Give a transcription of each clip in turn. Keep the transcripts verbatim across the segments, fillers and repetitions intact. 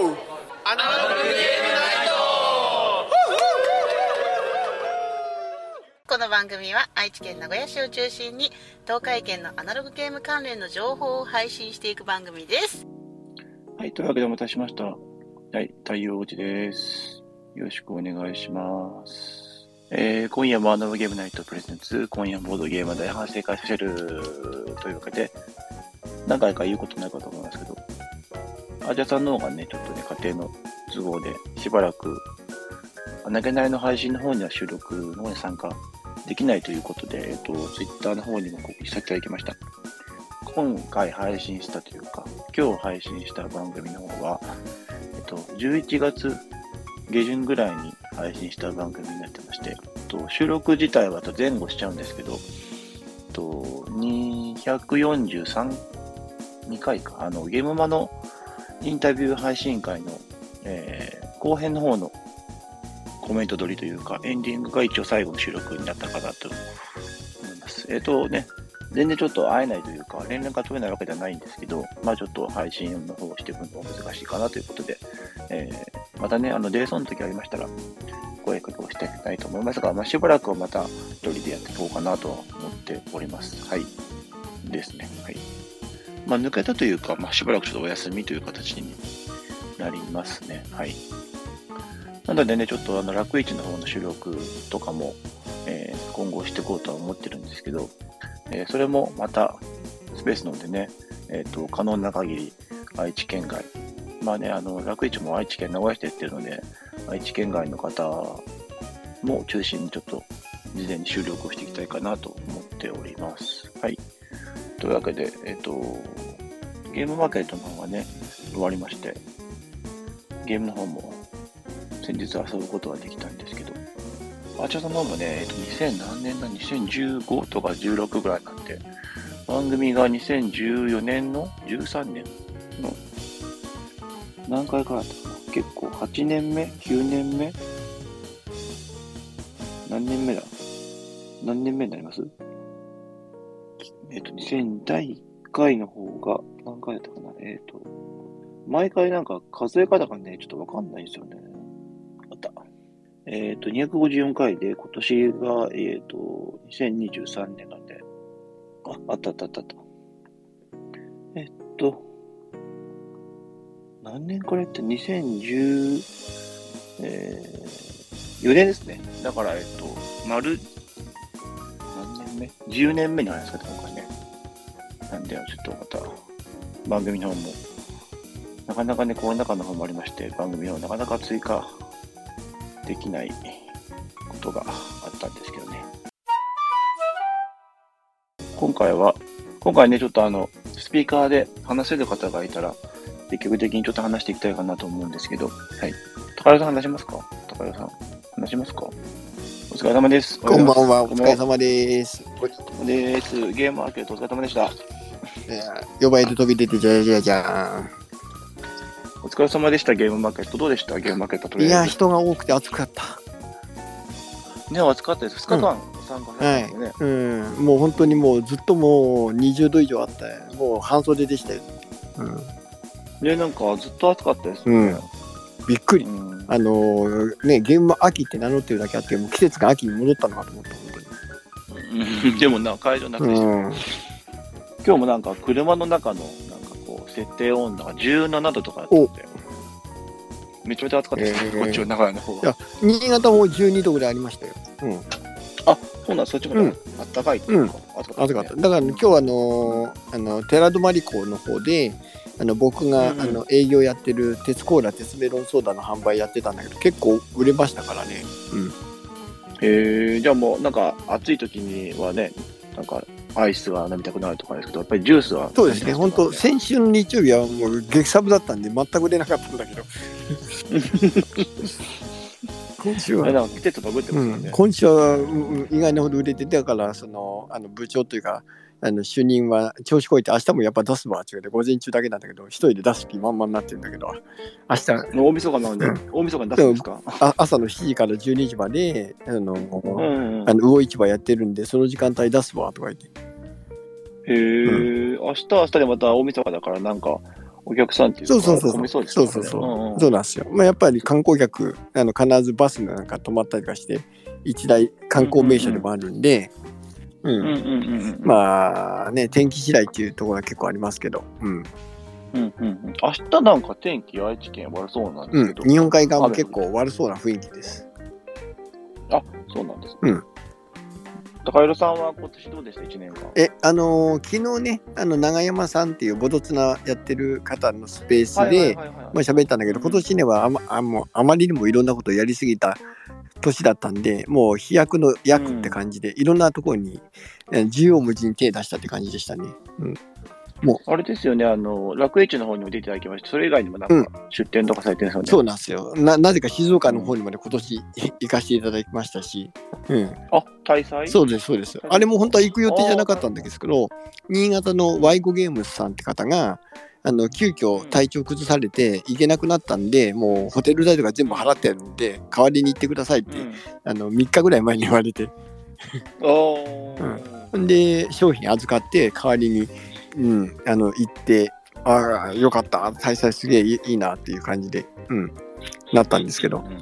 アナログゲームナイト。 この番組は愛知県名古屋市を中心に東海圏のアナログゲーム関連の情報を配信していく番組です。 はい、というわけでお待たせしました。はい、太陽王子です。よろしくお願いします。えー、今夜もアナログゲームナイトプレゼンツ、今夜ボードゲーム大反省会スペシャルというわけで、何回か言うことないかと思いますけど、アジャさんの方がね、ちょっとね、家庭の都合でしばらく、投げないの配信の方には収録の方に参加できないということで、えっと、ツイッターの方にも告知させていただきました。今回配信したというか、今日配信した番組の方は、えっと、じゅういちがつ下旬ぐらいに配信した番組になってまして、えっと、収録自体は前後しちゃうんですけど、えっと、にひゃくよんじゅうさん、にかいか、あの、ゲームマのインタビュー配信会の、えー、後編の方のコメント撮りというか、エンディングが一応最後の収録になったかなと思います。えっとね、全然ちょっと会えないというか、連絡が取れないわけではないんですけど、まあちょっと配信の方をしていくのも難しいかなということで、えー、またね、あの、デーソンの時ありましたら、声かけをしていきたいと思いますが、まあしばらくはまた一人でやっていこうかなとは思っております。はい。ですね。はい。まあ抜けたというか、まあしばらくちょっとお休みという形になりますね。はい。なのでね、ちょっとあの、楽市の方の収録とかも、えー、今後していこうとは思ってるんですけど、えー、それもまたスペースのでね、えっと、可能な限り愛知県外。まあね、あの、楽市も愛知県名古屋市でやってるので、愛知県外の方も中心にちょっと事前に収録をしていきたいかなと思っております。はい。というわけで、えっと、ゲームマーケットの方がね、終わりまして、ゲームの方も先日遊ぶことができたんですけど、アーチャーさんの方もね、えっと、にせん何年だ、にせんじゅうごとかじゅうろくぐらいなんで、番組がにせんじゅうよねんのじゅうさんねんの何回からだったかな、結構はちねんめ ?きゅうねんめ何年目だ何年目になります？えっと、にせんだいいっかいの方が何回だったかな、えっと、毎回なんか数え方がね、ちょっとわかんないんですよね。あった。えっと、にひゃくごじゅうよんかいで、今年が、えっと、にせんにじゅうさんねんなんで、あ、あったあったあったあった。えっと、何年これってにせんじゅうよねんですね。だから、えっと、丸、何年目 ?じゅう 年目になりますか、今回ね。なんで、ちょっとまた、番組の方も、なかなかね、コロナ禍の方もありまして、番組のなかなか追加できないことがあったんですけどね。今回は、今回ね、ちょっとあの、スピーカーで話せる方がいたら、積極的にちょっと話していきたいかなと思うんですけど、はい。高田さん話しますか？高田さん、話しますか？お疲れ様です。 こんばんは、お疲れ様です。 お疲れ様です。ゲームマーケットお疲れ様でした。 呼ばれて飛び出てじゃじゃじゃーん。 お疲れ様でした、ゲームマーケット。どうでした、ゲームマーケットとりあえず。 いや、人が多くて暑かった。 ね、暑かったです。ふつかかん参加されたんでね、 うん。はい。うん。もう本当にもうずっともうにじゅうど以上あった。もう半袖でしたよ。うん。 ね、なんかずっと暑かったですね。うん、 びっくり。うん、あのー、ね、ゲーム秋って名乗ってるだけあって、もう季節が秋に戻ったのかと思った、本当に。でもな、会場なくでした、うん。今日もなんか車の中のなんかこう設定温度がじゅうななどとかだったんで、めちゃめちゃ暑かったですね、えー、こっちの長屋の方が。いや、 新潟もじゅうにどぐらいありましたよ。うん。 あ、そうなん、そっちもね、うん、あったかいっていうか、 うん、暑かった、ね。暑かった。だから今日はあのー、あの寺泊港の方で。あの僕が、うんうん、あの営業やってる鉄コーラ鉄メロンソーダの販売やってたんだけど結構売れましたからね。うん、 へえ、じゃあもうなんか暑い時にはね、なんかアイスが飲みたくなるとかですけど、やっぱりジュースは、ね、 そうですね。本当先週の日曜日はもう激サブだったんで全く売れなかったんだけど今週はなんか季節バグってますよね、 うん、今週は、うん、意外なほど売れてて、だからそのあの部長というかあの主任は調子こいて明日もやっぱ出すわって言うて午前中だけなんだけど一人で出す気満々になってるんだけど明日大晦日なんで、うん、大晦日に出すんですか？ あ朝のしちじからじゅうにじまであの、うんうん、あの魚市場やってるんでその時間帯出すわとか言って。 へえ、うん、明日明日でまた大晦日だからなんかお客さんっていうか、 そうそうそう混みそうですね。 そうそうそう、 んうん、 そうなんですよ。まあ、やっぱり観光客あの必ずバスなんか止まったりとかして一大観光名所でもあるんで、うんうんうんうんうん、 まあね天気次第っていうところは結構ありますけど、うんうんうんうん、明日なんか天気愛知県悪そうなんですけど、 うん、日本海側も結構悪そうな雰囲気です。 あ、そうなんですね。 うん。 高弘さんは今年どうでしたいちねんかん？ え、あのー、昨日ね、あの長山さんっていうボドツナやってる方のスペースで、まあ喋ったんだけど、今年ねはあまあもうあまりにもいろんなことをやりすぎた年だったんで、もう飛躍の躍って感じで、うん、いろんなところに縦横無尽に手出したって感じでしたね。うん。もうあれですよね、あの楽市の方にも出ていただきまして、それ以外にもなんか出店とかされてるんですよね。 うん、そうなんですよ。な、なぜか静岡の方にまで今年行かせていただきましたし、うん。 あ、大祭？ そうです、そうです。あれも本当は行く予定じゃなかったんですけど、新潟のワイゴゲームスさんって方が、あの急遽体調崩されて行けなくなったんで、もうホテル代とか全部払ってるんで、代わりに行ってくださいって、うん、あのみっかぐらい前に言われて。うん、で、商品預かって代わりに、うん、あの行って、ああ、よかった、大祭すげえいいなっていう感じで、うん、なったんですけど。うんうん、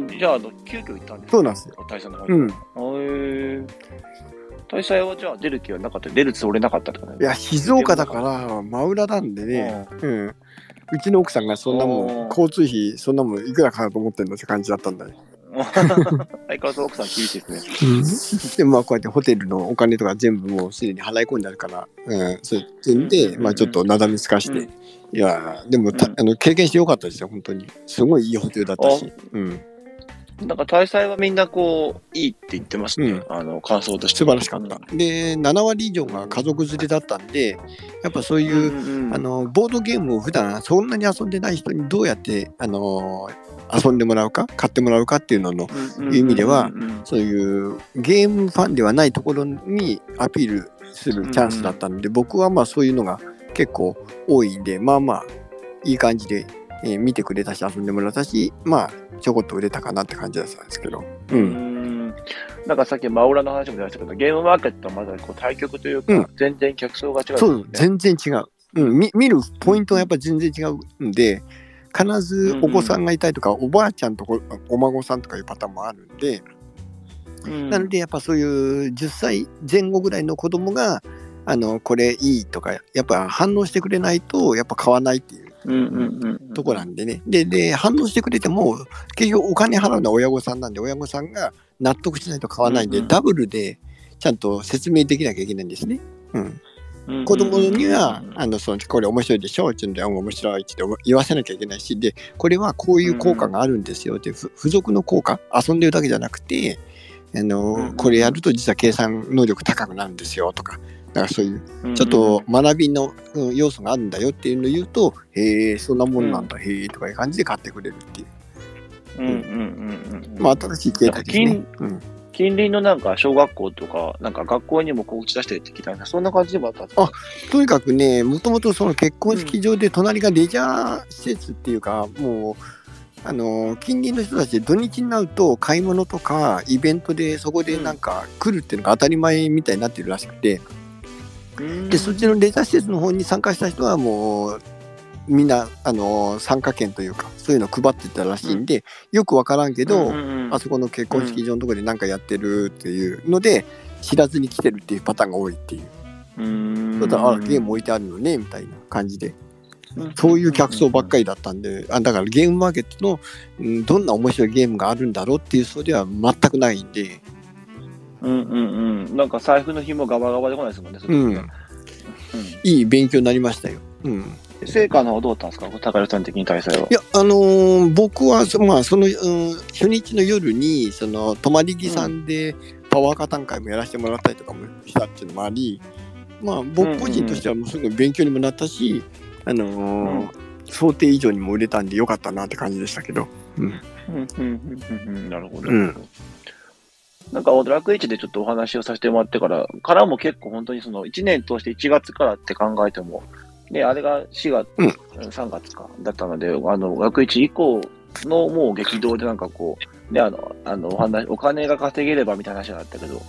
あ、じゃあ、あの急遽行ったんですか？ そうなんですよ。 大祭の方に。うん。へえ。大祭はじゃあ出る気はなかった、出るつもりなかったとかね。 いや、静岡だから真裏なんでね、うん、うちの奥さんがそんなもん、交通費そんなもんいくらかなと思ってんのって感じだったんだよ。 相変わらず奥さん厳しいですね。 でもまあこうやってホテルのお金とか全部もうすでに払い込んであるから、うん、そういうんで、まあちょっとなだめすかして、うん、いやでもた、うん、あの経験してよかったですよ本当に。すごいいいホテルだったし。うん。 なんか大祭はみんなこういいって言ってますね、うん、あの感想として素晴らしかった、うん、でななわり以上が家族連れだったんでやっぱそういう、うんうん、あのボードゲームを普段そんなに遊んでない人にどうやってあの遊んでもらうか買ってもらうかっていうのの意味ではそういうゲームファンではないところにアピールするチャンスだったんで、僕はまあそういうのが結構多いんでまあまあいい感じでえー、見てくれたし遊んでもらったしまあちょこっと売れたかなって感じだったんですけど、うん、うーんなんかさっき真裏の話も出ましたけどゲームマーケットはまだこう対局というか、うん、全然客層が違う、ね、 そう全然違う、うん、見, 見るポイントはやっぱり全然違うんで必ずお子さんがいたりとか、うんうん、おばあちゃんとこお孫さんとかいうパターンもあるんで、うん、なのでやっぱそういうじゅっさいぜん後ぐらいの子供があのこれいいとかやっぱ反応してくれないとやっぱ買わないっていううんうんうん、とこなんでねでで反応してくれても結局お金払うのは親御さんなんで親御さんが納得しないと買わないんで、うんうん、ダブルでちゃんと説明できなきゃいけないんですね、うんうんうん、子供にはあのそのこれ面白いでしょって言うんで面白いって言わせなきゃいけないしでこれはこういう効果があるんですよって付属の効果遊んでるだけじゃなくてあの、うんうん、これやると実は計算能力高くなるんですよとかだからそういうちょっと学びの要素があるんだよっていうのを言うと、うん、へえそんなもんなんだ、うん、へえとかいう感じで買ってくれるっていう。うんうんうんうん。まあ新しい形態ですね。うん、 近隣のなんか小学校とかなんか学校にもこう打ち出してるって聞いたんですそんな感じでもあったんですか？ あとにかくねもともとその結婚式場で隣がレジャー施設っていうか、うん、もうあの近隣の人たちで土日になると買い物とかイベントでそこでなんか来るっていうのが当たり前みたいになってるらしくて。でそっちのレジャー施設の方に参加した人はもうみんなあの参加券というかそういうのを配ってたらしいんで、うん、よく分からんけど、うんうんうん、あそこの結婚式場のところで何かやってるっていうので、うん、知らずに来てるっていうパターンが多いっていう。うーんだからあゲーム置いてあるのねみたいな感じで、うん、そういう客層ばっかりだったんであだからゲームマーケットの、うん、どんな面白いゲームがあるんだろうっていうそれは全くないんで。 うんうんうん、なんか財布の紐ガバガバで来ないですもんね。うんうん、 いい勉強になりましたよ。うん、 成果の方どうだったんですか、高弘さん的に大祭は。 いや、あのー、僕は、まあ、その、うん、初日の夜にその泊まり木さんでパワーカタン会もやらせてもらったりとかもしたっていうのもあり、まあ、僕個人としてはもうすごい勉強にもなったし、あのーうん、想定以上にも売れたんでよかったなって感じでしたけど。うんうんうんうんうん、なるほど。うんなんか楽市でちょっとお話をさせてもらってからからも結構本当にそのいちねん通していちがつからって考えてもであれがしがつ、うん、さんがつかだったのであの楽市以降のもう激動でなんかこうであのあのお話お金が稼げればみたいな話があったけど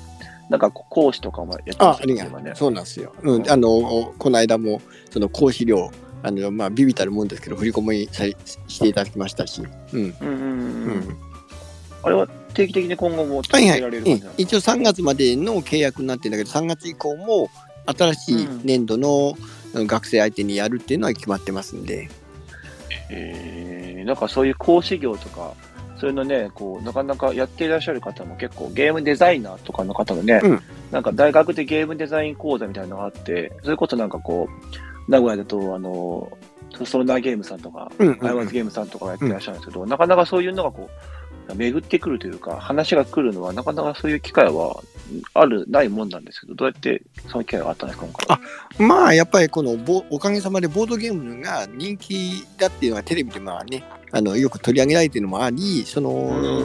なんか講師とかもやってあ、 ますありがよね。 そうなんですよ。うん、あのこの間もその講師料あのまあビビたるもんですけど振り込みにさしていただきましたし、うん、 うんうんうん。 うん、 あれは定期的に今後も続はいはい、 けられる感じなんですか？ 一応さんがつまでの契約になってるんだけど、さんがつ以降も新しい年度の学生相手にやるっていうのは決まってますんで。 えー、なんかそういう講師業とか、そういうのね、こうなかなかやっていらっしゃる方も結構ゲームデザイナーとかの方がね、 うん、 なんか大学でゲームデザイン講座みたいなのがあって、それこそなんかこう、名古屋だと、あの、ソロナーゲームさんとか、 うんうんうん、 アイワンズゲームさんとかやってらっしゃるんですけど、うん、なかなかそういうのがこう、巡ってくるというか、話が来るのは、なかなかそういう機会はある、ないもんなんですけど、どうやってその機会があったんですか、今回。 あ、まあ、やっぱりこのボ、おかげさまでボードゲームが人気だっていうのはテレビでまあね、あのよく取り上げられているのもあり、その、うんうんうん、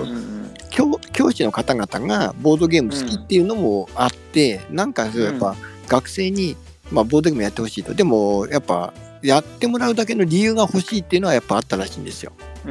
教, 教師の方々がボードゲーム好きっていうのもあって、うん、なんかやっぱ学生に、まあ、ボードゲームやってほしいと。でも、やっぱ、やってもらうだけの理由が欲しいっていうのはやっぱあったらしいんですよ。 うん、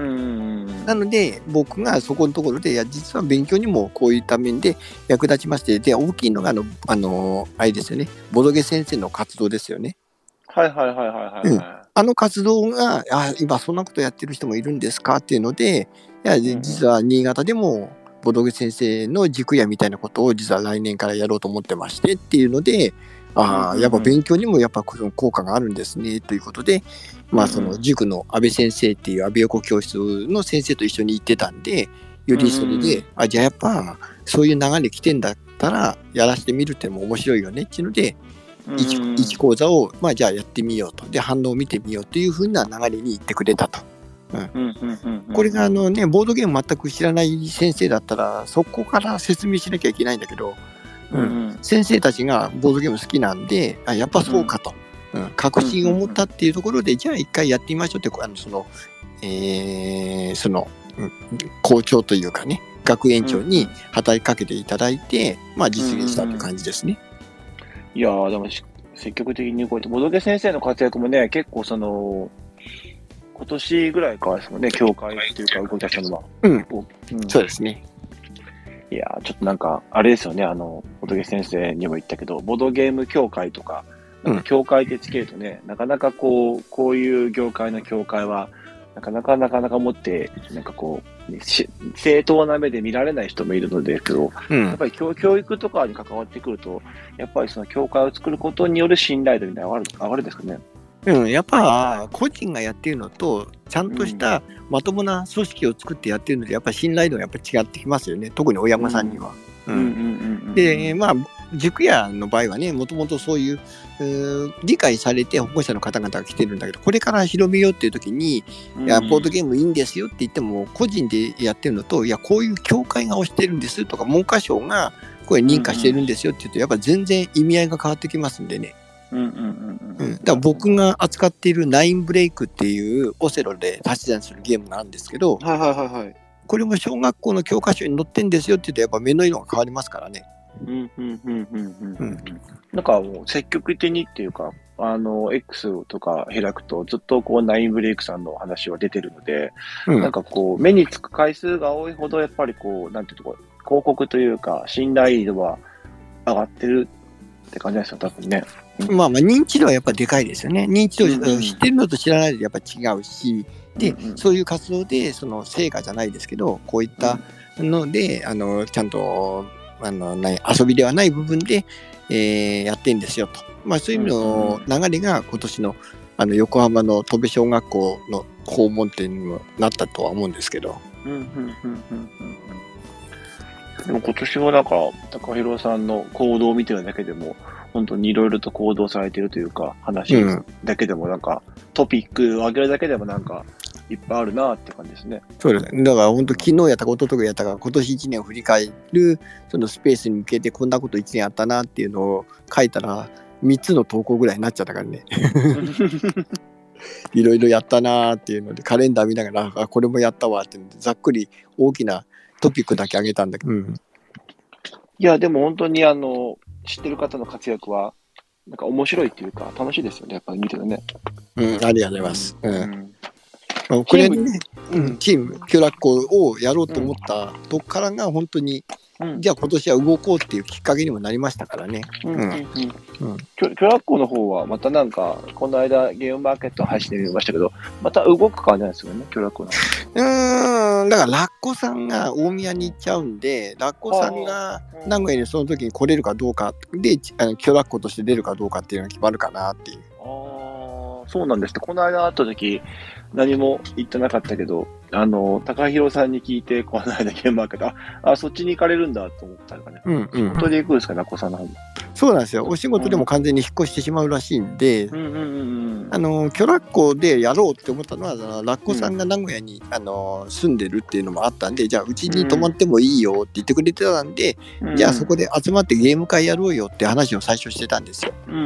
なので僕がそこのところでいや実は勉強にもこういった面で役立ちまして、で大きいのがあのあのあれですよね、ボドゲ先生の活動ですよね。 はいはいはいはいはい、うん、 あの活動があ今そんなことやってる人もいるんですかっていうので、いや実は新潟でもボドゲ先生の塾屋みたいなことを実は来年からやろうと思ってましてっていうので、ああ、やっぱ勉強にもやっぱ効果があるんですねということで、まあその塾の安倍先生っていう安倍横教室の先生と一緒に行ってたんで、よりそれで、あ、じゃあやっぱそういう流れ来てんだったらやらせてみるっても面白いよねっていうので、いち講座をまあじゃあやってみようと、で反応を見てみようというふうな流れに行ってくれたと。うん、これがあのね、ボードゲーム全く知らない先生だったらそこから説明しなきゃいけないんだけど、うんうん、先生たちがボードゲーム好きなんで、あ、やっぱそうかと、うんうん、確信を持ったっていうところで、じゃあ一回やってみましょうって、あのその、えー、その、うん、校長というかね、学園長に働きかけていただいて、まあ実現したという感じですね。 いやー、でも積極的にこうやってボドゲ先生の活躍もね、結構その今年ぐらいからですもんね、協会っていうか動き出したのは。 うん、うん、そうですね。 いやー、ちょっとなんかあれですよね、あのボドゲ先生にも言ったけど、ボドゲーム協会とか、なんか協会ってつけるとね、うん、なかなかこうこういう業界の協会はなかなかなかなか持ってなんかこう、ね、正当な目で見られない人もいるのでけど、うん、やっぱり 教, 教育とかに関わってくると、やっぱりその協会を作ることによる信頼度みたいなのが上がる、上がるんですかね。 うん、やっぱ個人がやってるのとちゃんとしたまともな組織を作ってやってるので、やっぱり信頼度がやっぱ違ってきますよね、特に親御さんには。で、まあ塾屋の場合はね、もともとそういう、う理解されて保護者の方々が来てるんだけど、これから広めようっていう時に、うん、いやボードゲームいいんですよって言っても、個人でやってるのと、いやこういう協会が推してるんですとか、文科省がこれ認可してるんですよって言うと、やっぱ全然意味合いが変わってきますんでね。だから僕が扱っているナインブレイクっていうオセロで足し算するゲームがあるんですけど、 はいはいはいはい、 これも小学校の教科書に載ってんですよって言うと、やっぱ目の色が変わりますからね。 うんうんうんうんうん。なんかもう積極的にっていうか、あの X とか開くとずっとこうナインブレイクさんの話は出てるので、うん、なんかこう目につく回数が多いほどやっぱりこうなんていうとこ広告というか信頼度は上がってるって感じですよ多分ね。 うん、まあまあ認知度はやっぱでかいですよね。認知度、うん、知ってるのと知らないでやっぱ違うし、で、うんうん、そういう活動でその成果じゃないですけど、こういったので、うん、あのちゃんとあのない遊びではない部分で、えー、やってんですよと、まあ、そういうの流れが今年のあの横浜の戸部小学校の訪問店にもなったとは思うんですけど、 うんうんうんうんうん、でも今年はなんか高弘さんの行動を見てるだけでも本当にいろいろと行動されてるというか、話だけでもなんか、うん、トピックを上げるだけでもなんかいっぱいあるなって感じですね。 そうですね。だから本当昨日やったこととかやったから、今年いちねんを振り返るそのスペースに向けてこんなこといちねんあったなっていうのを書いたらみっつの投稿ぐらいになっちゃったからね。いろいろやったなっていうのでカレンダー見ながら、あこれもやったわっていうのでざっくり大きなトピックだけ上げたんだけど、うん、 いやでも本当にあの知ってる方の活躍はなんか面白いっていうか楽しいですよね、やっぱり見てるね。 うん、ありがとうございます。うんうん、これね、うん、チームキュラッコをやろうと思ったとこからが本当にうん、 じゃあ今年は動こうっていうきっかけにもなりましたからね。 うんうんうんうん。キョラッコの方はまたなんかこの間ゲームマーケット配信で見ましたけど、また動く感じなんですよね、キョラッコの。 うーん、だからラッコさんが大宮に行っちゃうんで、ラッコさんが名古屋にその時に来れるかどうかで、あのキョラッコとして出るかどうかっていうのが決まるかなっていう。 ああ、そうなんですね。この間会った時何も言ってなかったけど、あの高弘さんに聞いてこの間ゲームマーケット、ああそっちに行かれるんだと思ったのかね。 うんうん。 本当に行くんですか、ラッコさんの方も。 そうなんですよ。お仕事でも完全に引っ越してしまうらしいんで、うんうんうんうん、あのキョラッコでやろうって思ったのは、ラッコさんが名古屋に、うん、あの住んでるっていうのもあったんで、じゃあうちに泊まってもいいよって言ってくれてたんで、うん、じゃあそこで集まってゲーム会やろうよって話を最初してたんですよ。うん、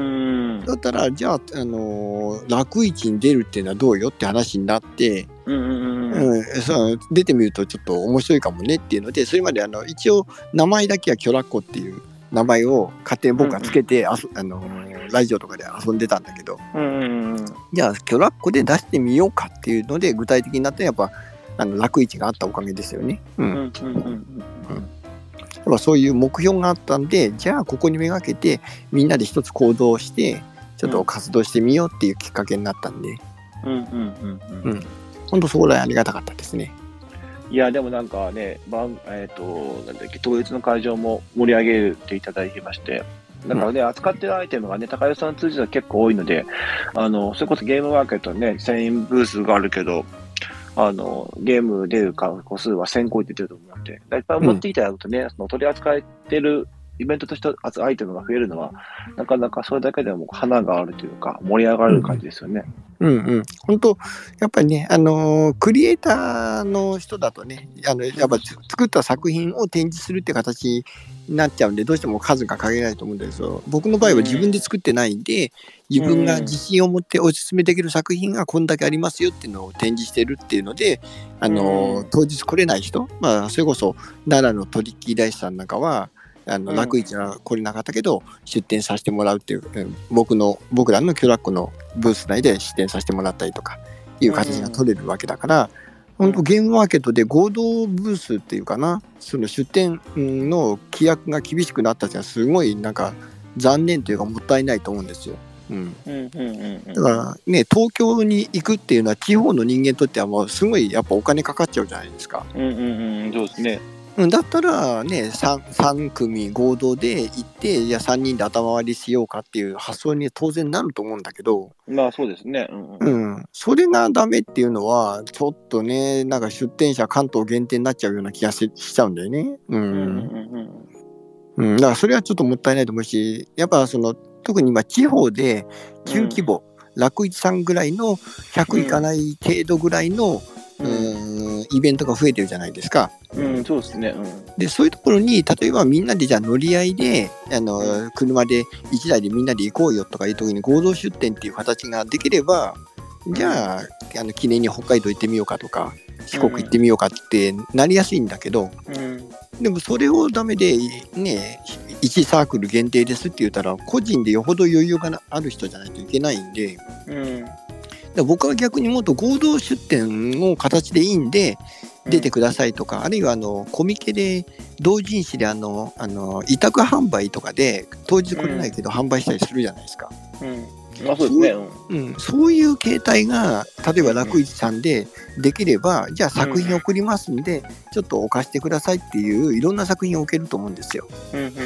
だったらじゃあ、あの楽市に出るっていうのはどうよって話になって、うんうんうんうん、そう出てみるとちょっと面白いかもねっていうので、それまであの一応名前だけはキョラッコっていう名前を勝手に僕がつけて、うん、ああのラジオとかで遊んでたんだけど、うんうんうん、じゃあキョラッコで出してみようかっていうので具体的になったらやっぱあの楽市があったおかげですよね。うんうんうんうん、やっぱそういう目標があったんで、じゃあここにめがけてみんなで一つ行動してちょっと活動してみようっていうきっかけになったんで、うんうんうんうん、うん、本当そこらへんありがたかったですね。 いや、でもなんかね、番えっ、ー、と、なんだっけ、当日の会場も盛り上げていただきまして、だからね、うん、扱ってるアイテムがね、高吉さん通じたら結構多いので、あの、それこそゲームマーケットね、せんえんブースがあるけど、あの、ゲーム出る個数はせんこいって出てると思うので、いっぱい持っていただくとね、うん、その取り扱ってるイベントとしてアイテムが増えるのは、なかなかそれだけでも花があるというか、盛り上がる感じですよね。 うんうん、本当やっぱりね、あのー、クリエイターの人だとね、あのやっぱ作った作品を展示するって形になっちゃうんで、どうしても数が限られると思うんですけど、僕の場合は自分で作ってないんで、自分が自信を持ってお勧めできる作品がこんだけありますよっていうのを展示してるっていうので、あのー、当日来れない人、まあ、それこそ奈良のトリッキー大師さんなんかはあの楽市は来れなかったけど出店させてもらうっていう、僕の僕らのキョラッコのブース内で出店させてもらったりとかいう形が取れるわけだから、本当ゲームマーケットで合同ブースっていうかな、その出店の規約が厳しくなったっていうのはすごいなんか残念というかもったいないと思うんですよ。うんうんうんうん、だからね、東京に行くっていうのは地方の人間にとってはもうすごいやっぱお金かかっちゃうじゃないですか。 うんうんうん、そうですね。 だったらね 3, 3組合同で行ってじゃあさんにんで頭割りしようかっていう発想に当然なると思うんだけど、 まあそうですね、うんうんうん、それがダメっていうのはちょっとね、なんか出店者関東限定になっちゃうような気が し, しちゃうんだよね。うん、うんうんうん、だからそれはちょっともったいないと思うし、やっぱその特に今地方で中規模、うん、楽市さんぐらいのひゃくいかない程度ぐらいの、うんうん、イベントが増えてるじゃないですか。 うん、そうですね、うん、 でそういうところに例えばみんなでじゃあ乗り合いであの車でいちだいでみんなで行こうよとかいう時に合同出店っていう形ができれば、じゃあ、あの記念に北海道行ってみようかとか四国行ってみようかってなりやすいんだけど、うん、でもそれをダメでねいちサークル限定ですって言ったら個人でよほど余裕がある人じゃないといけないんで、うん僕は逆にもっと合同出店の形でいいんで出てくださいとか、うん、あるいはあのコミケで同人誌であのあの委託販売とかで当日来れないけど販売したりするじゃないですか。 うん、あ、そうですね。 うん、そういう形態が例えば楽市さんでできれば、うん、じゃあ作品送りますんで、うん、ちょっとお貸してくださいっていういろんな作品を置けると思うんですよ。うんうんうん、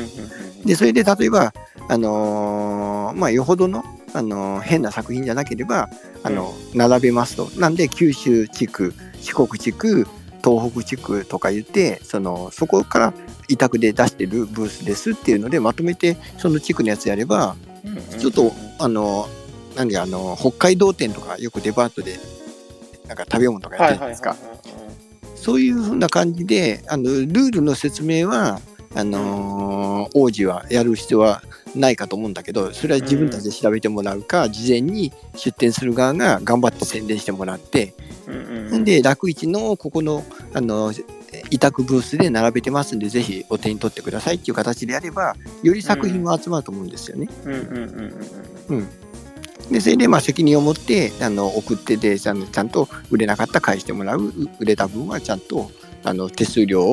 でそれで例えばあのー、まあよほどのあの変な作品じゃなければあの、うん、並べますと。なんで九州地区、四国地区、東北地区とか言ってそのそこから委託で出してるブースですっていうのでまとめてその地区のやつやれば、うんうん、ちょっとあのなんであの北海道店とかよくデパートでなんか食べ物とかやってるじゃないですか。そういう風な感じであのルールの説明はあのー、王子はやる必要はないかと思うんだけど、それは自分たちで調べてもらうか、うん、事前に出店する側が頑張って宣伝してもらって、うんうん、で楽市のここの、あの委託ブースで並べてますんでぜひお手に取ってくださいっていう形でやればより作品は集まると思うんですよね。でそれでまあ責任を持ってあの送ってでちゃんと売れなかったら返してもらう、売れた分はちゃんとあの手数料を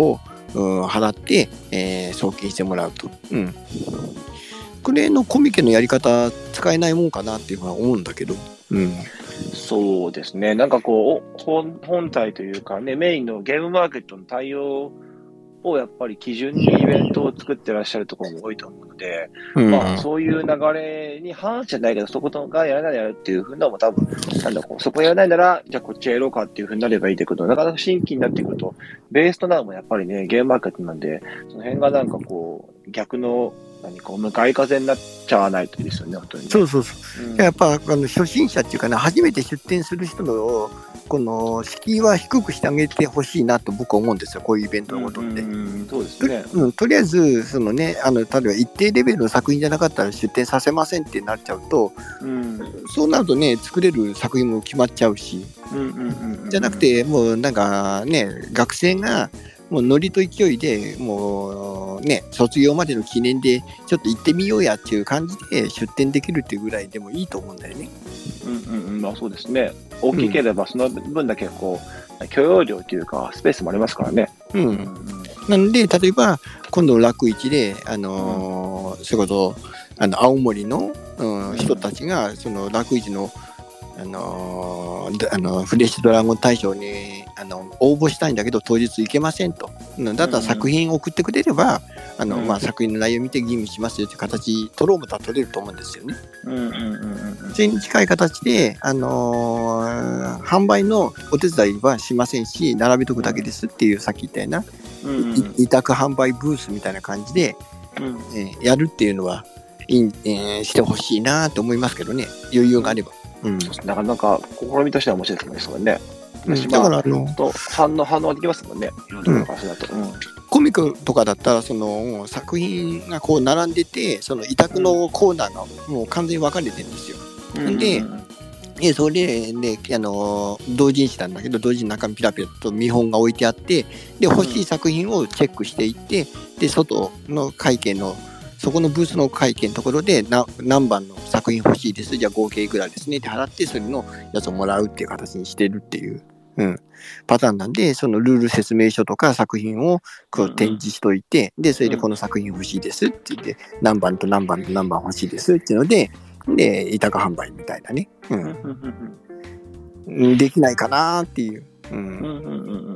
うん、払って、えー、送金してもらうと。うん。これのコミケのやり方使えないもんかなっていうのは思うんだけど。うん。 そうですね。なんかこう、本本体というかね、メインのゲームマーケットの対応をやっぱり基準にイベントを作ってらっしゃるところも多いと思うので、 うん、 まあそういう流れに反してないけど、そこがやらないならやるっていうふうなのも多分、なんだこう、そこやらないなら、じゃあこっちやろうかっていうふうになればいいってこと、なかなか新規になってくると、ベースとなるもやっぱりね、ゲームマーケットなんで、その辺がなんかこう、逆の、何か向かい風になっちゃわないといいですよね、本当に、ね。 そうそうそう。うん、やっぱあの初心者っていうかね、初めて出店する人のこの敷居は低くしてあげてほしいなと僕は思うんですよ、こういうイベントのことって。 うんうん、そうですね。 と、うん、とりあえずそのね、あの例えば一定レベルの作品じゃなかったら出展させませんってなっちゃうと、うん、そうなるとね、作れる作品も決まっちゃうし、うんうんうんうん、じゃなくてもうなんかね、学生がもうノリと勢いでもうね、卒業までの記念でちょっと行ってみようやっていう感じで出店できるっていうぐらいでもいいと思うんだよね。 うんうんうん、まあそうですね。大きければその分だけこう、うん、許容量というかスペースもありますからね。うんうんうん、 なので例えば今度楽市であのーうん、そういうことあの青森の、うん、人たちがその楽市のあのー、あのフレッシュドラゴン大賞にあの応募したいんだけど当日行けませんと。だったら作品を送ってくれれば、うん、あのまあ、作品の内容を見て吟味しますよという形取ろうもたら取れると思うんですよね。うんうんうんうん、それに近い形で、あのー、販売のお手伝いはしませんし並べとくだけですっていう、さっき言ったような、うんうん、委託販売ブースみたいな感じで、うんえー、やるっていうのはいい、えー、してほしいなと思いますけどね、余裕があれば。うん、 なかなか試みとしては面白いですもんね、それね。うん、だからあのと反応反応できますもんね。うん、 コミックとかだったらその作品がこう並んでて、その委託のコーナーがもう完全に分かれてるんですよ。うん、で、でそれで、あの同人誌なんだけど同人の中にピラピラと見本が置いてあって、で欲しい作品をチェックしていって、で外の会計のそこのブースの会計のところでな何番の作品欲しいです、じゃあ合計いくらですねって払って、それのやつをもらうっていう形にしてるっていう、うん、パターンなんで、そのルール説明書とか作品をこう展示しといて、でそれでこの作品欲しいですって言って、何番と何番と何番欲しいですっていうので、で委託販売みたいなね、うん、できないかなっていう、うん、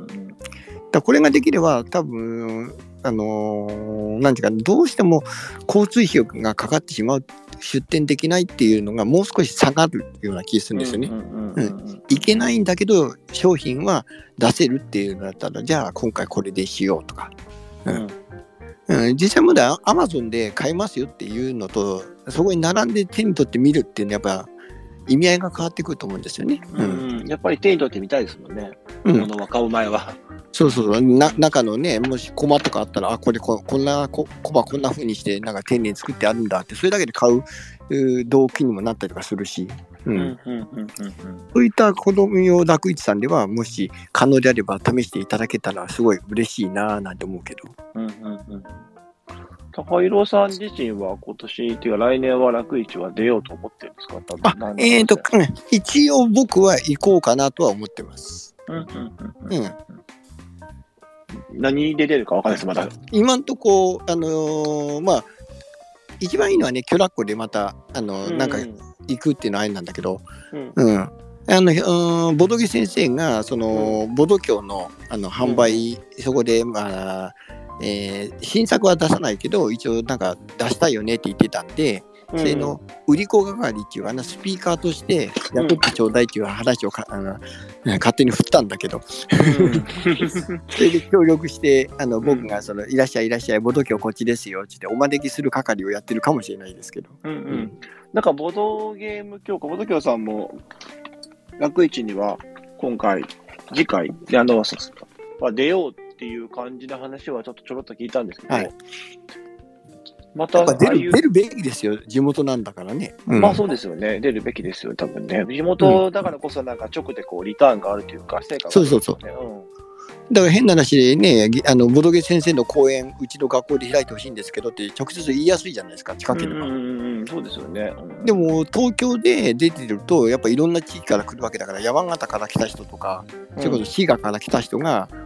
だこれができれば多分あのー、なんていうか、どうしても交通費がかかってしまう、出店できないっていうのがもう少し下がるような気がするんですよね。いけないんだけど商品は出せるっていうのだったら、じゃあ今回これでしようとか、うんうん、実際まだ Amazon で買えますよっていうのと、そこに並んで手に取ってみるっていうのはやっぱ意味合いが変わってくると思うんですよね。 うんうん、やっぱり手に取ってみたいですもんね。うん、物は買う前は。 そうそうそう、な中のね、もしコマとかあったら、あ、これここんなコマこんな風にしてなんか丁寧に作ってあるんだって、それだけで買う動機にもなったりとかするし、うんうんうんうん、そういった子供用楽市さんではもし可能であれば試していただけたらすごい嬉しいななんて思うけど。うんうんうん、 高弘さん自身は今年っていうか来年は楽市は出ようと思ってるんですか？ 多分あ、えーと、一応僕は行こうかなとは思ってます。うんうんうんうん。うん、 何で出るか分からないです、まだ。 今んとこ、あのー、まあ、一番いいのはね、キョラッコでまた、あのーうん、なんか行くっていうのはあれなんだけど、うん。うん、あの、うん、ボドゲ先生が、その、うん、ボド教の、あの、販売、うん、そこで、まあ、えー、新作は出さないけど、一応なんか出したいよねって言ってたんで、それの売り子係っていうかな、スピーカーとして雇ってちょうだいっていう話をかあの勝手に振ったんだけど、うん、それで協力してあの僕がその、うん、いらっしゃいいらっしゃいボド教こっちですよってお招きする係をやってるかもしれないですけど、うんうん、 なんかボドゲーム協会ボド教さんも楽市には今回次回であのは出ようっていう感じの話はちょっとちょろっと聞いたんですけど、はい、 また出る、出るべきですよ、地元なんだからね。 うん、まあそうですよね、出るべきですよ、多分ね。地元だからこそ、なんか直でこうリターンがあるというか、成果がある、ね。 そうそうそう。うんだから変な話でね、あのボドゲ先生の講演、うちの学校で開いてほしいんですけどって直接言いやすいじゃないですか、近ければ。うんうんうん、 そうですよね。 うん、でも東京で出てるとやっぱいろんな地域から来るわけだから、山形から来た人とか、うん、それこそ滋賀から来た人が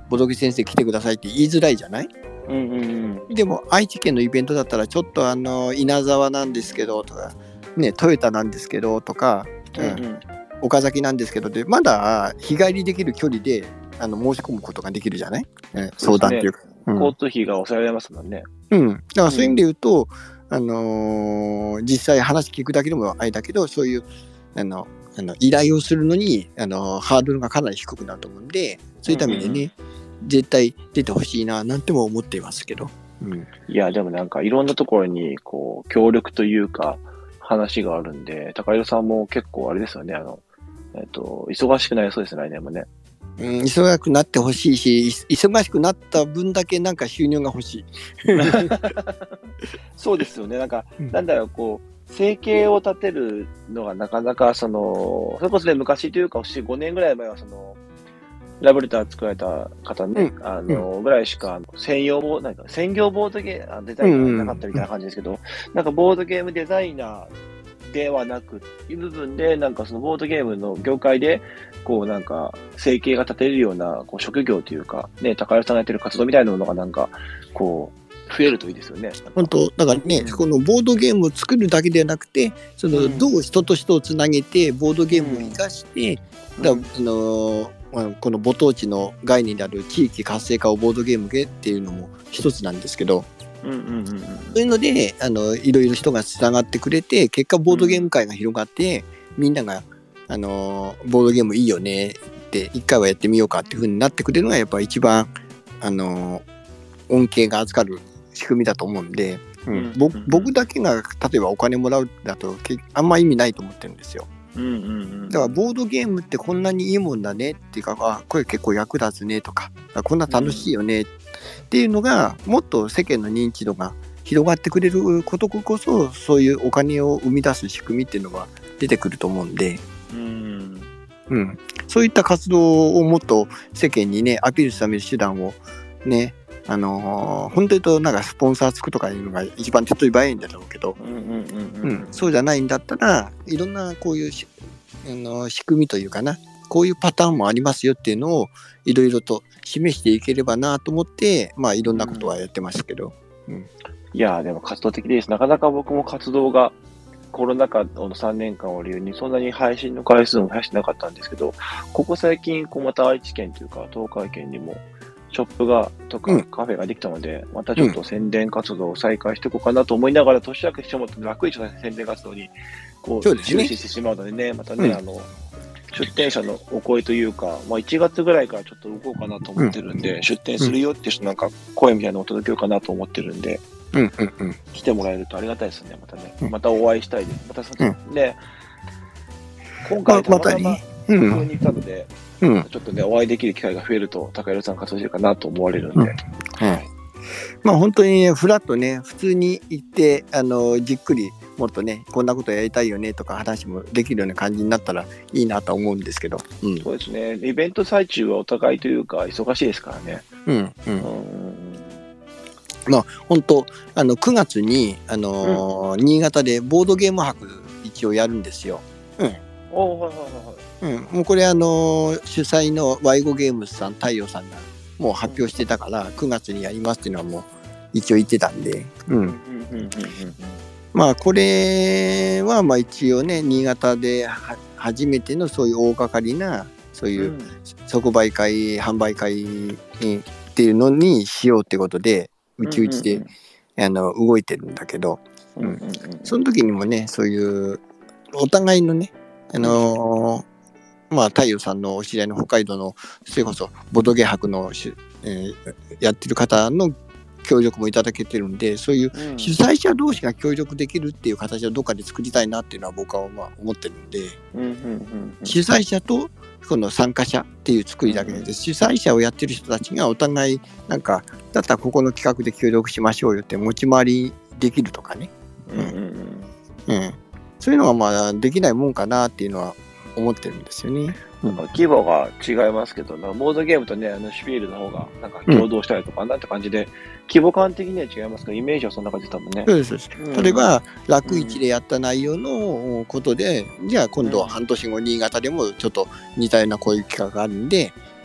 ボドゲ先生来てくださいって言いづらいじゃない？ うんうんうん。 でも愛知県のイベントだったらちょっとあの稲沢なんですけどとかねトヨタなんですけどとか、 うんうん、 岡崎なんですけどでまだ日帰りできる距離であの申し込むことができるじゃない、ね、相談っていうか、うん、 交通費が抑えられますもんね。 うん、だからそういう意味で言うと、うん、あのー、実際話聞くだけでもあれだけどそういうあのあの依頼をするのにあのハードルがかなり低くなると思うんでそういうためにね、うん、絶対出てほしいななんても思っていますけど、うん、 いやでもなんかいろんなところにこう協力というか話があるんで高弘さんも結構あれですよねあの、えっと、忙しくなりそうですね来年もね。 うん、忙しくなってほしいし忙しくなった分だけなんか収入が欲しいそうですよねなんか、 うん、 なんだろうこう生計を立てるのがなかなかそのそれこそね昔というかごねんぐらい前はそのラブレター作られた方ね、うん、あの、うん、ぐらいしか専用ボなんか専業ボードゲームデザイナーがなかったみたいな感じですけど、うんうん、なんかボードゲームデザイナーではなくいう部分でなんかそのボードゲームの業界でこうなんか生計が立てれるようなこう職業というかね高橋さんがやってる活動みたいなものがなんかこう増えるといいですよね。 本当だからね、うん、このボードゲームを作るだけではなくてその、うん、どう人と人をつなげてボードゲームを生かして、うん、だあのこのご当地の概念である地域活性化をボードゲームでっていうのも一つなんですけど、うんうんうんうん、そういうのであのいろいろ人がつながってくれて結果ボードゲーム界が広がって、うん、みんながあのボードゲームいいよねって一回はやってみようかっていう風になってくれるのがやっぱ一番あの恩恵が預かる仕組みだと思うんで、うんうんうん、僕だけが例えばお金もらうだとあんま意味ないと思ってるんですよ、うんうんうん、だからボードゲームってこんなにいいもんだねっていうかあこれ結構役立つねとかこんな楽しいよねっていうのがもっと世間の認知度が広がってくれることこそそういうお金を生み出す仕組みっていうのが出てくると思うんで、うんうん、そういった活動をもっと世間にねアピールするための手段をねあのー、本当に言うとなんかスポンサーつくとかいうのが一番手っ取り早いんだろうけど、うんうんうんうん、そうじゃないんだったらいろんなこういうし、あのー、仕組みというかなこういうパターンもありますよっていうのをいろいろと示していければなと思ってまあいろんなことはやってますけど、うんうん、 いやでも活動的です。なかなか僕も活動がコロナ禍のさんねんかんを理由にそんなに配信の回数も増やしてなかったんですけどここ最近こうまた愛知県というか東海県にもショップがとかカフェができたので、うん、またちょっと宣伝活動を再開していこうかなと思いながら、年明けしても楽に宣伝活動にこう重視してしまうのでね、またね、うん、あの出店者のお声というか、まあ、いちがつぐらいからちょっと動こうかなと思ってるんで、うん、出店するよっていう人なんか声みたいなのを届けようかなと思ってるんで、うんうんうん、来てもらえるとありがたいですね。またね、またお会いしたいです。またその、うん、ね、今回たまたま東京にいたので、うん、ちょっとねお会いできる機会が増えると高弘さん活動してるかなと思われるんで、うんはい、 まあ本当にねフラッとね普通に行ってあのじっくりもっとねこんなことやりたいよねとか話もできるような感じになったらいいなと思うんですけど、 うん、そうですねイベント最中はお互いというか忙しいですからね。うんうん、うんまあ本当あのくがつにあのーうん、新潟でボードゲーム博一応やるんですよ。うん。おはいはいはいはい。うん、もうこれあのー、主催のワイゴゲームズさん太陽さんがもう発表してたから、うん、くがつにやりますっていうのはもう一応言ってたんで、うん。うんうんうんうん、まあこれはまあ一応ね新潟では初めてのそういう大掛かりなそういう即売会販売会っていうのにしようってことでうちうちで、うんうんうん、あの動いてるんだけど、うんうんうん、その時にもねそういうお互いのねあのーまあ太陽さんのお知り合いの北海道のそれこそボドゲ博の、えー、やってる方の協力もいただけてるんでそういう主催者同士が協力できるっていう形をどっかで作りたいなっていうのは僕はまあ思ってるんで、うんうんうんうん、主催者とこの参加者っていう作りだけで、うん、主催者をやってる人たちがお互いなんかだったらここの企画で協力しましょうよって持ち回りできるとかね、うんうんうんうん、そういうのがまあできないもんかなっていうのは思ってるんですよね。 なんか規模が違いますけど、なんかボードゲームとね、あのシュピールの方がなんか共同したりとか、なんて感じで、規模感的には違いますけど、イメージはそんな感じだもんね。 そうですそうです、うん。例えば、楽市でやった内容のことで、うん、じゃあ今度は半年後、新潟でもちょっと似たようなこういう企画があるんで、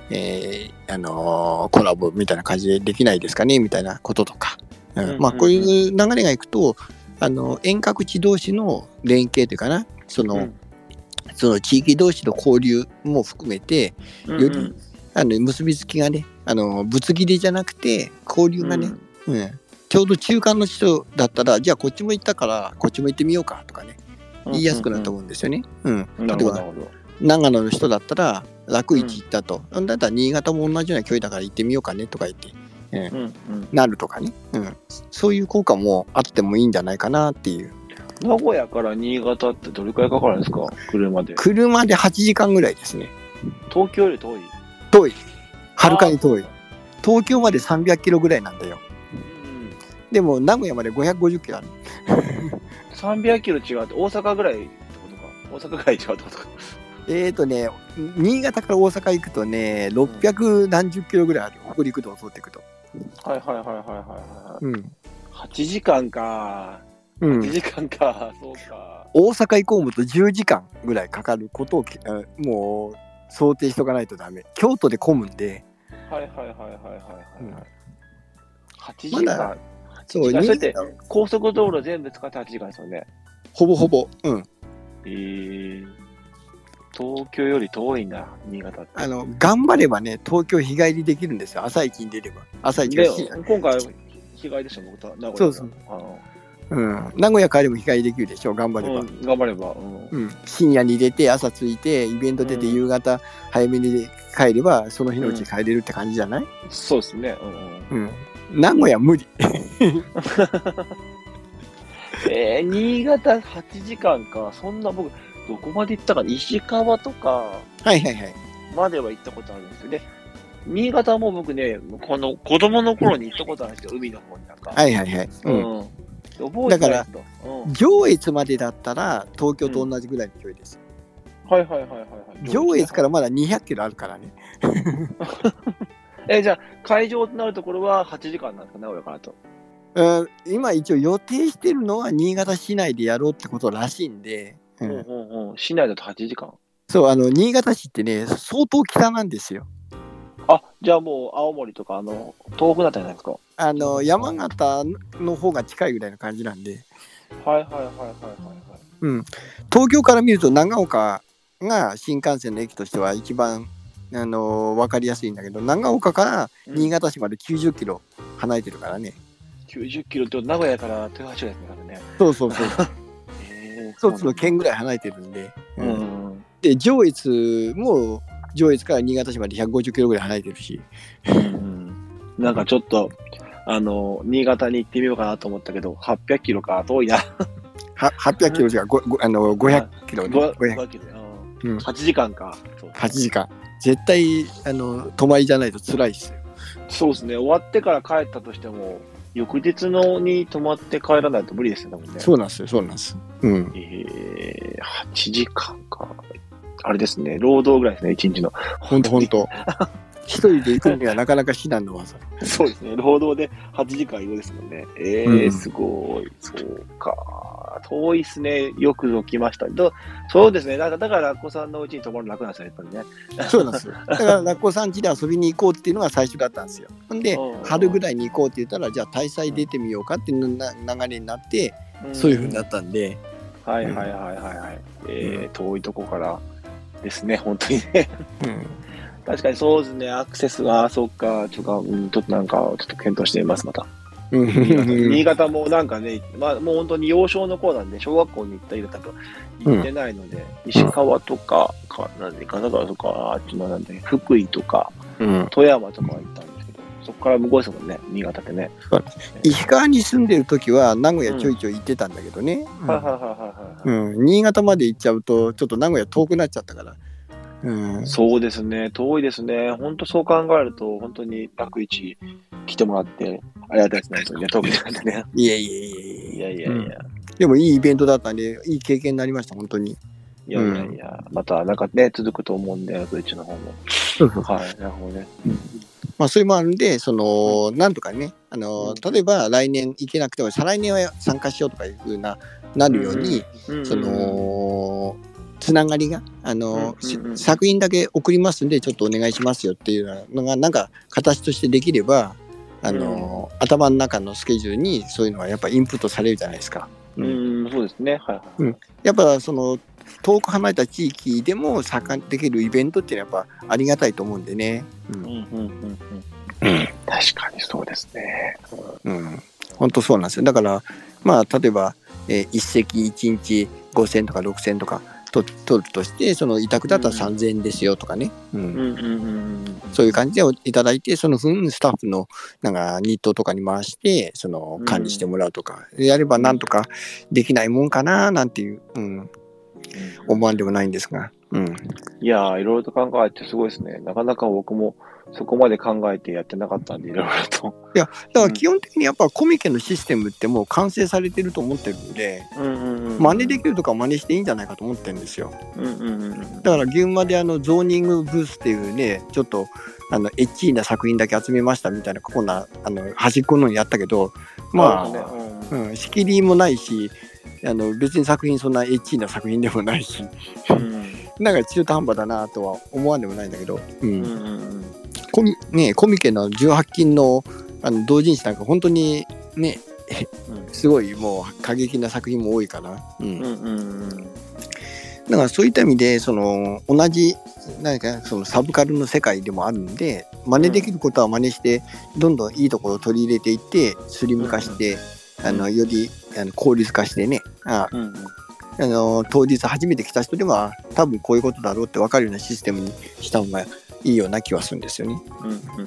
えーあのーコラボみたいな感じでできないですかねみたいなこととか、うんうんうんうんまあこういう流れがいくとあの遠隔地同士の連携というかなその、 うんその地域同士の交流も含めてうんよりあの結びつきがねあのぶつ切りじゃなくて交流がね、うんちょうど中間の人だったらじゃあこっちも行ったからこっちも行ってみようかとかね言いやすくなると思うんですよね。うんうんな例えばるほどなるほど。 長野の人だったら楽市行ったと、だったら新潟も同じような距離だから行ってみようかねとか言って、うんうんうん、 なるとかね、うん、そういう効果もあってもいいんじゃないかなっていう。 名古屋から新潟ってどれくらいかかるんですか車で。 車ではちじかんぐらいですね。 東京より遠い。 遠い。はるかに遠い。東京までさんびゃくキロぐらいなんだよ。 うんでも名古屋までごひゃくごじゅっキロある。 さんびゃくキロ違うって大阪ぐらいってことか。大阪ぐらい違うってことか。 えーとね、新潟から大阪行くとね、ろっぴゃくなんじゅっキロぐらいある。北陸道を通っていくと。 はいはいはいはいはいはい。 うん。 はちじかんか。 うんはちじかんか。そうか。 大阪行こうもとじゅうじかんぐらいかかることをあもう想定しとかないとダメ。京都で混むんで。 はいはいはいはいはいはい。 うんはちじかん。 まだそう、 そうやって新潟高速道路全部使ってはちじかんですよね。 ほぼほぼ。うん。 えー、東京より遠いんだ、新潟って。 あの、頑張ればね、東京日帰りできるんですよ。朝一に出れば。朝一でがし今回、日帰りでした、僕と名古屋。 そうそうあのうん。名古屋帰りも日帰りできるでしょ。頑張れば。 うん、頑張れば。うんうん。深夜に出て、朝着いて、イベント出て、 うん夕方早めに帰れば、その日のうち帰れるって感じじゃない？ そうですね。うんうんうん。名古屋無理。 えー、新潟はちじかんか。そんな僕、どこまで行ったかな、石川とかはいはいはい。 までは行ったことあるんですよ。で、新潟も僕ね、この子供の頃に行ったことあるんですよ、海の方になんか。 はいはいはい。 ううん。 ん。覚えてないですと。うん上越までだったら、東京と同じぐらいの距離です。 はいはいはいはいはい。 上越からまだにひゃくキロあるからね。 え、じゃあ、会場となるところははちじかんなんですか、名古屋からと。 うん、今一応予定してるのは新潟市内でやろうってことらしいんで、う、 うんんうんうん。市内だとはちじかん。 そう、あの、新潟市ってね、相当北なんですよ。 あ、じゃあもう青森とか、あの、東北だったじゃないですか。 あの、山形の方が近いぐらいの感じなんで、 はいはいはいはいはいはい。 うん。東京から見ると長岡が新幹線の駅としては一番、あの分かりやすいんだけど、長岡から新潟市まできゅうじゅっキロ離れてるからね。 きゅうじゅっキロって名古屋から豊橋ですね、多分ね。 そうそうそう。 えー、 一つの県ぐらい離れてるんで。 ううんん。 で、上越も上越から新潟市までひゃくごじゅっキロぐらい離れてるし。 うん。なんかちょっと、あの、新潟に行ってみようかなと思ったけど、はっぴゃくキロか、遠いな。 ははっぴゃくキロじゃごごあのごひゃくキロね。 ごごひゃくごひゃくキロね。 ううんん。はちじかんか。そうはちじかん。絶対あの泊まりじゃないと辛いっすよ。 そうですね。終わってから帰ったとしても、翌日のに泊まって帰らないと無理ですよね、多分ね。 そうなんですよ、そうなんです。うん。 えー、はちじかんか。あれですね。労働ぐらいですね、いちにちの。 ほんとほんと。一人で行くにはなかなか至難の技。 そうですね。労働ではちじかん移動ですもんね。えー、 うんすごい。そうか。遠いっすね。よくぞ来ました。どそうですね。だから、だから、ラッコさんのうちに泊まるの楽なんですよ、やっぱりね。 そうなんですよ。だからラッコさん家で遊びに行こうっていうのが最初だったんですよ。ほんでうん、 春ぐらいに行こうって言ったら、じゃあ大祭出てみようかっていうな流れになって、そういう風になったんで、 はいはいはいはいはい。えー、遠いとこからですね、本当にね。 うん確かにそうですね。アクセスは、そっか、ちょっと、うん、ちょっとなんか、ちょっと検討してみます、また。 うん新潟新潟もなんかね、まあ、もう本当に幼少の頃なんで、小学校に行ったりだと行ってないので、石川とか、かなんで、金沢とか、あっちのなんで、福井とか、 うん富山とかは行ったんですけど、そこから向こうですもんね、新潟ってね。 石川に住んでる時は名古屋ちょいちょい行ってたんだけどね、 はいはいはいはいはい。 うん、新潟まで行っちゃうとちょっと名古屋遠くなっちゃったから、うん、 そうですね、遠いですね。本当そう考えると、本当に楽市来てもらって、ありがたいですね、本当にね、遠くになんでね。 いやいやいやいやいやいや、 うんでもいいイベントだったんでいい経験になりました本当に。 いやいやいや、またなんかね、続くと思うんで、楽市の方も。はい、なるほどね。 まあそれもあるんでそのなんとかねあの例えば来年行けなくても再来年は参加しようとかいう風ななるように、 うん、 そのつながりがあの、うんうんうん、作品だけ送りますんでちょっとお願いしますよっていうのがなんか形としてできればあの、うん、頭の中のスケジュールにそういうのはやっぱインプットされるじゃないですか。 うん、うん、そうですね。はいはい。 うん、やっぱその遠く離れた地域でも参加できるイベントっていうのはやっぱありがたいと思うんでね。うん、うん、うん、うん。 確かにそうですね。 うん、本当そうなんですよ。だからまあ例えば、えー、一席一日ごせんとかろくせんとかと取るとしてその委託だったらさんぜんえんですよとかね、うんうんうんうん、そういう感じでいただいてその分スタッフのなんか日当とかに回してその管理してもらうとか、うん、やればなんとかできないもんかななんていう、うん、思わんでもないんですが、うん、 いやーいろいろと考えてすごいですね。なかなか僕もそこまで考えてやってなかったんでいろいろと。 いやだから基本的にやっぱコミケのシステムってもう完成されてると思ってるんで、うんうんうん、真似できるとか真似していいんじゃないかと思ってるんですよ、うんうんうん、だから現場であのゾーニングブースっていうねちょっとあのエッチーな作品だけ集めましたみたいなこんなあの端っこのにやったけどまあ、ねうんうん、仕切りもないしあの別に作品そんなエッチーな作品でもないし、うん、なんか中途半端だなとは思わんでもないんだけど、うんうんうん、コミね、コミケのじゅうはちきんのあの同人誌なんか本当にね、うん、すごいもう過激な作品も多いから、うんうんうんうん、だからそういった意味でその同じ何かそのサブカルの世界でもあるんで真似できることは真似してどんどんいいところを取り入れていってスリム化して、うん、あのよりあの効率化してねあ、うんうん、あの当日初めて来た人では多分こういうことだろうって分かるようなシステムにした方がいいような気はするんですよね。うんうんうんうん、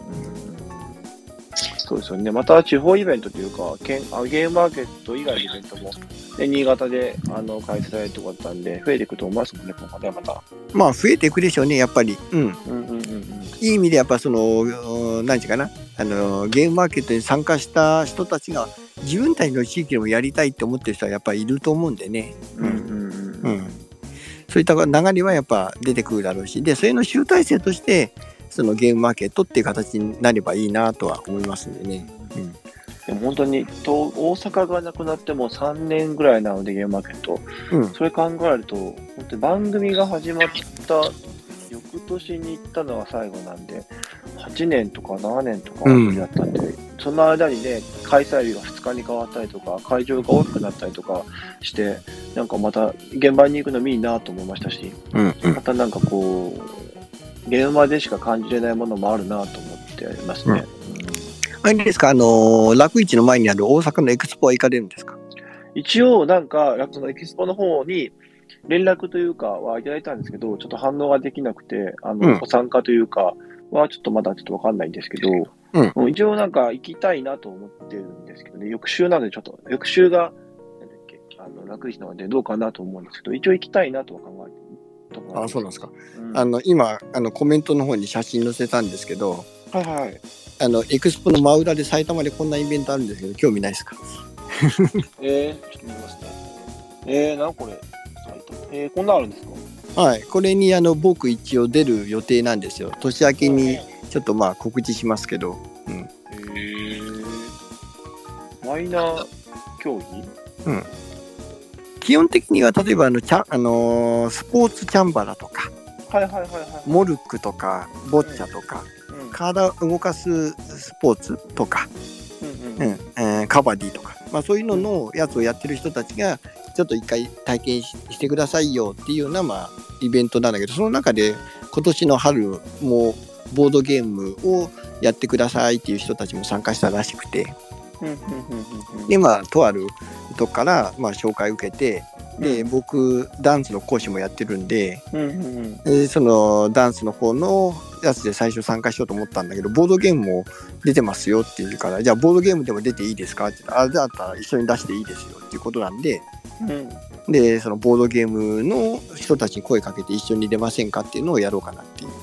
そうですよね。また地方イベントというか、ゲームマーケット以外のイベントも、ね、新潟であの開催されるところだったんで、増えていくと思いますもんね、今後ね、また。 まあ、増えていくでしょうね、やっぱり。うん。うんうんうんうん、いい意味で、やっぱその、何て言うかな、あの、ゲームマーケットに参加した人たちが、自分たちの地域でもやりたいって思ってる人はやっぱりいると思うんでね。うんうんうんうん、そういった流れはやっぱ出てくるだろうし、で、それの集大成として、そのゲームマーケットっていう形になればいいなとは思いますんでね。うん、 でも本当に大阪がなくなってもさんねんぐらいなのでゲームマーケット、うん、それ考えると本当に番組が始まった翌年に行ったのが最後なんではちねんとかななねんとかやったんで、うん、その間にね開催日がふつかに変わったりとか会場が大きくなったりとかしてなんかまた現場に行くのもいいなと思いましたし、うんうん、またなんかこう現場でしか感じれないものもあるなと思っていますね。 うん、あれですか、あのー、楽市の前にある大阪のエクスポは行かれるんですか？ 一応なんかそのエキスポの方に連絡というかはいただいたんですけど、ちょっと反応ができなくて、あの、うん、ご参加というかはちょっとまだちょっとわかんないんですけど、うん、一応なんか行きたいなと思ってるんですけどね、翌週なのでちょっと翌週がなんだっけあの楽市なのでどうかなと思うんですけど、一応行きたいなとは考えてる。 ああそうなんですか、うん、あの今あのコメントの方に写真載せたんですけど、 はいはい、 あのエクスポの真裏で埼玉でこんなイベントあるんですけど興味ないですか？ えー、ちょっと見ますね。えー、なんこれえー、こんなあるんですか？ はい、これにあの僕一応出る予定なんですよ。年明けにちょっとまあ告知しますけど、うん、へーマイナー競技？ うん。基本的には例えばあのチャ、あのー、スポーツチャンバラとか、 はいはいはいはい、 モルックとかボッチャとか、うん、体を動かすスポーツとか、うんうんうんえー、カバディとか、まあ、そういうののやつをやってる人たちがちょっと一回体験 し, してくださいよっていうような、まあ、イベントなんだけど、その中で今年の春もボードゲームをやってくださいっていう人たちも参加したらしくて、でまあとあるとこから、まあ、紹介を受けて、で、うん、僕ダンスの講師もやってるんで、うんうんうん、でそのダンスの方のやつで最初参加しようと思ったんだけど、ボードゲームも出てますよっていうから、じゃあボードゲームでも出ていいですかって言ったら、あじゃあだったら一緒に出していいですよっていうことなんで、うん、でそのボードゲームの人たちに声かけて一緒に出ませんかっていうのをやろうかなっていう。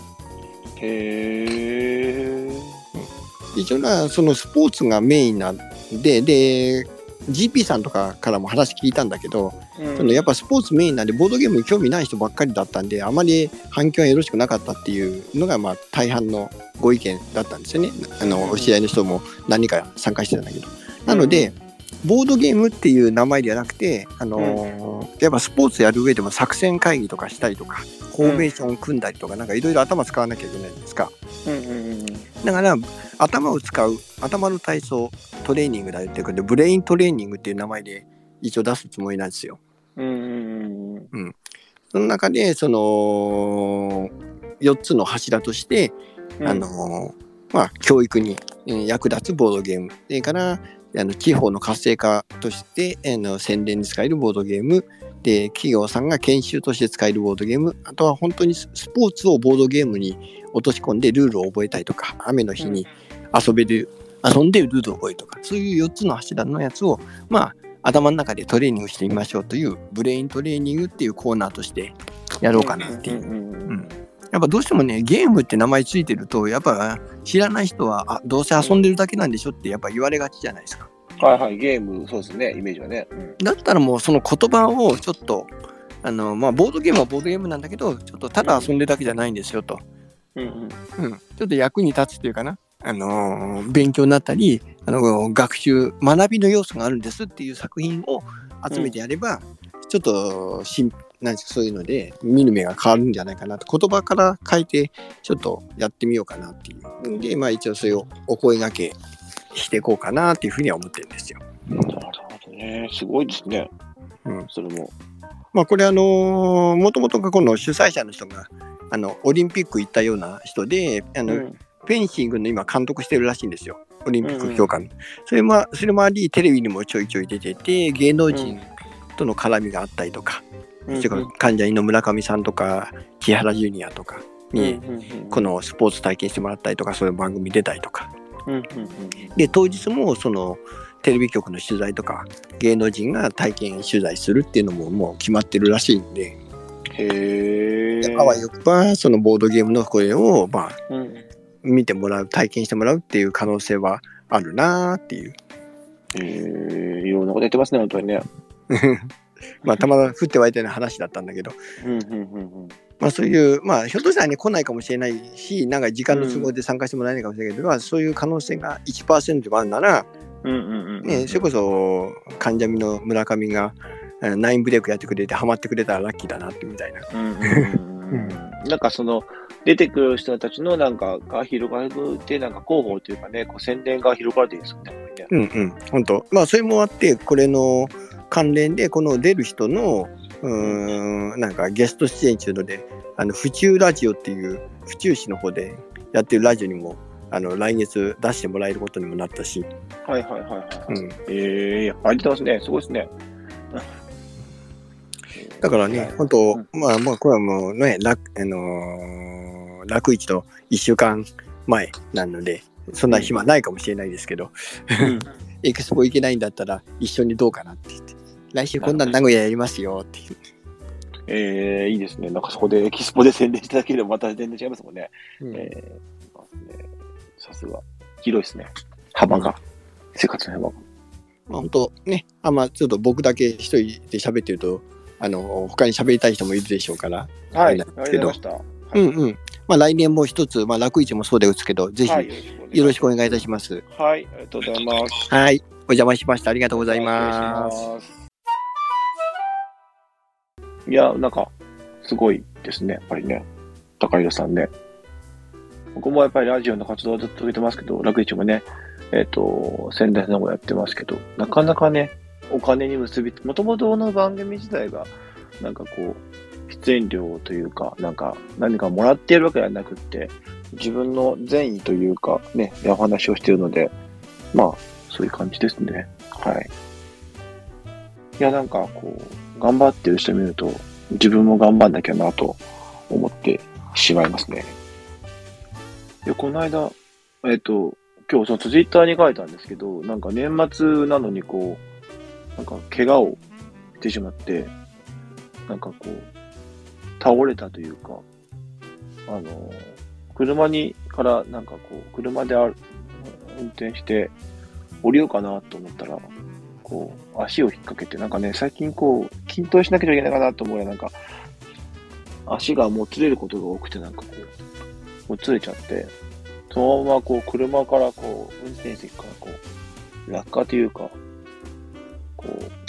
へー、 一応なそのスポーツがメインなんで、で ジーピー さんとかからも話聞いたんだけど、うん、そのやっぱスポーツメインなんでボードゲームに興味ない人ばっかりだったんで、あまり反響がよろしくなかったっていうのがまあ大半のご意見だったんですよね。あのお試合の人も何人か参加してたんだけど、なのでボードゲームっていう名前ではなくて、あのーうん、やっぱスポーツやる上でも作戦会議とかしたりとかフォーメーション組んだりとか、なんかいろいろ頭使わなきゃいけないんですか、うんうんうん、だから頭を使う頭の体操トレーニングだよっていうことでブレイントレーニングっていう名前で一応出すつもりなんですよ、うんうんうんうん、その中でそのよっつの柱として、うん、あのまあ教育に役立つボードゲーム、それからあの地方の活性化としてあの宣伝に使えるボードゲームで、企業さんが研修として使えるボードゲーム、あとは本当にスポーツをボードゲームに落とし込んでルールを覚えたいとか、雨の日に遊べる、うん、遊んでルールを覚えるとか、そういうよっつの柱のやつをまあ頭の中でトレーニングしてみましょうというブレイントレーニングっていうコーナーとしてやろうかなっていう、うん、やっぱどうしてもねゲームって名前ついてるとやっぱ知らない人はあどうせ遊んでるだけなんでしょってやっぱ言われがちじゃないですか。 はいはい、ゲームそうですね、イメージはね、うん、 だったらもうその言葉をちょっとあのまあボードゲームはボードゲームなんだけどちょっとただ遊んでるだけじゃないんですよと、うんうんうん、ちょっと役に立つっていうかな、あのー、勉強になったりあの学習学びの要素があるんですっていう作品を集めてやれば、うん、ちょっとしんなんかそういうので見る目が変わるんじゃないかなと、言葉から変えてちょっとやってみようかなっていうで、まあ一応それをお声掛けしていこうかなっていうふうには思ってるんですよ。 なるほどね、すごいですね。うん、それも。 まあこれあのもともとこの主催者の人があのオリンピック行ったような人で、あの、うん、フェンシングの今監督してるらしいんですよ。オリンピック強化の、うんうん、それもそれもありテレビにもちょいちょい出てて芸能人との絡みがあったりとか、うんうん、関ジャニの村上さんとか木原ジュニアとかにこのスポーツ体験してもらったりとかそういう番組出たりとか、うんうんうん、で当日もそのテレビ局の取材とか芸能人が体験取材するっていうのももう決まってるらしいんで、へー、あわよくばそのボードゲームの声をまあ、うん、見てもらう体験してもらうっていう可能性はあるなーっていう、 えー、いろんなこと言ってますね本当にねまあたまたま降って湧いたような話だったんだけど、うんうんうんうん、まあそういうまあひょっとしたらね来ないかもしれないしなんか時間の都合で参加してもらえないかもしれないけど、うん、まあ、そういう可能性が いちパーセント でもあるなら、うんうんうんうんね、それこそ関ジャニの村上がナインブレイクやってくれてハマってくれたらラッキーだなってみたいな、うんうんうんうん、なんかその出てくる人たちのなんかが広がるってなんか広報というかねこう宣伝が広がるといいですよね。 うんうん本当まあそれもあってこれの関連でこの出る人のうーんなんかゲスト出演中のであの府中ラジオっていう府中市の方でやってるラジオにもあの来月出してもらえることにもなったし、 はいはいはいはい、うん、えー、やっぱり出てますね、すごいですね。 だからね、本当、うん、まあまあこれはもうね、楽あのー、楽市といっしゅうかんまえなのでそんな暇ないかもしれないですけど、うん、エクスポ行けないんだったら一緒にどうかなって言って、来週こんな名古屋やりますよっていう。 えー、いいですね。なんかそこでエキスポで宣伝しただけでもまた全然違いますもんね。うん、えー、さすが広いですね。幅が、うん、生活の幅が。 まあ本当ね、あまあちょっと僕だけ一人で喋ってるとあの他に喋りたい人もいるでしょうから、 はい、なんですけど、はい、 うんうん。まあ来年も一つまあ楽市もそうですけど、ぜひよろしくお願いいたします。 はい、ありがとうございます。 はい、お邪魔しました。ありがとうございます。 いや、なんか、すごいですね、やっぱりね。高弘さんね。僕もやっぱりラジオの活動をずっと続けてますけど、楽市もね、えっと、宣伝の方やってますけど、なかなかね、お金に結び、もともとの番組自体が、なんかこう、出演料というか、なんか、何かもらっているわけではなくって、自分の善意というか、ね、お話をしているので、まあ、そういう感じですね。はい。いや、なんか、こう、頑張ってる人見ると、自分も頑張んなきゃなと思ってしまいますね。で、この間、えっと、今日そのツイッターに書いたんですけど、なんか年末なのにこう、なんか怪我をしてしまって、なんかこう、倒れたというか、あの、車にからなんかこう、車である運転して降りようかなと思ったら、こう、足を引っ掛けて、なんかね、最近こう、筋トレしなきゃいけないかなと思うよ。なんか、足がもうつれることが多くて、なんかこう、もうつれちゃって、そのままこう、車からこう、運転席からこう、落下というか、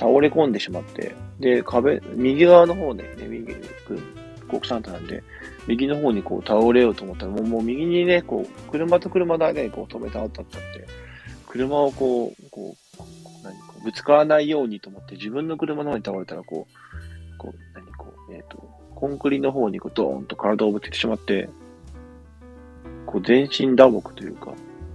倒れ込んでしまって、で、壁、右側の方でね、右、国産なんで、右の方にこう倒れようと思ったら、もうもう右にね、こう、車と車の間にこう止めてあったっちゃって、車をこう、こう、何こうぶつからないようにと思って、自分の車の方に倒れたら、こう、こう、何こう、えっ、と、コンクリの方にこうドーンと体をぶつけてしまって、こう全身打撲というか、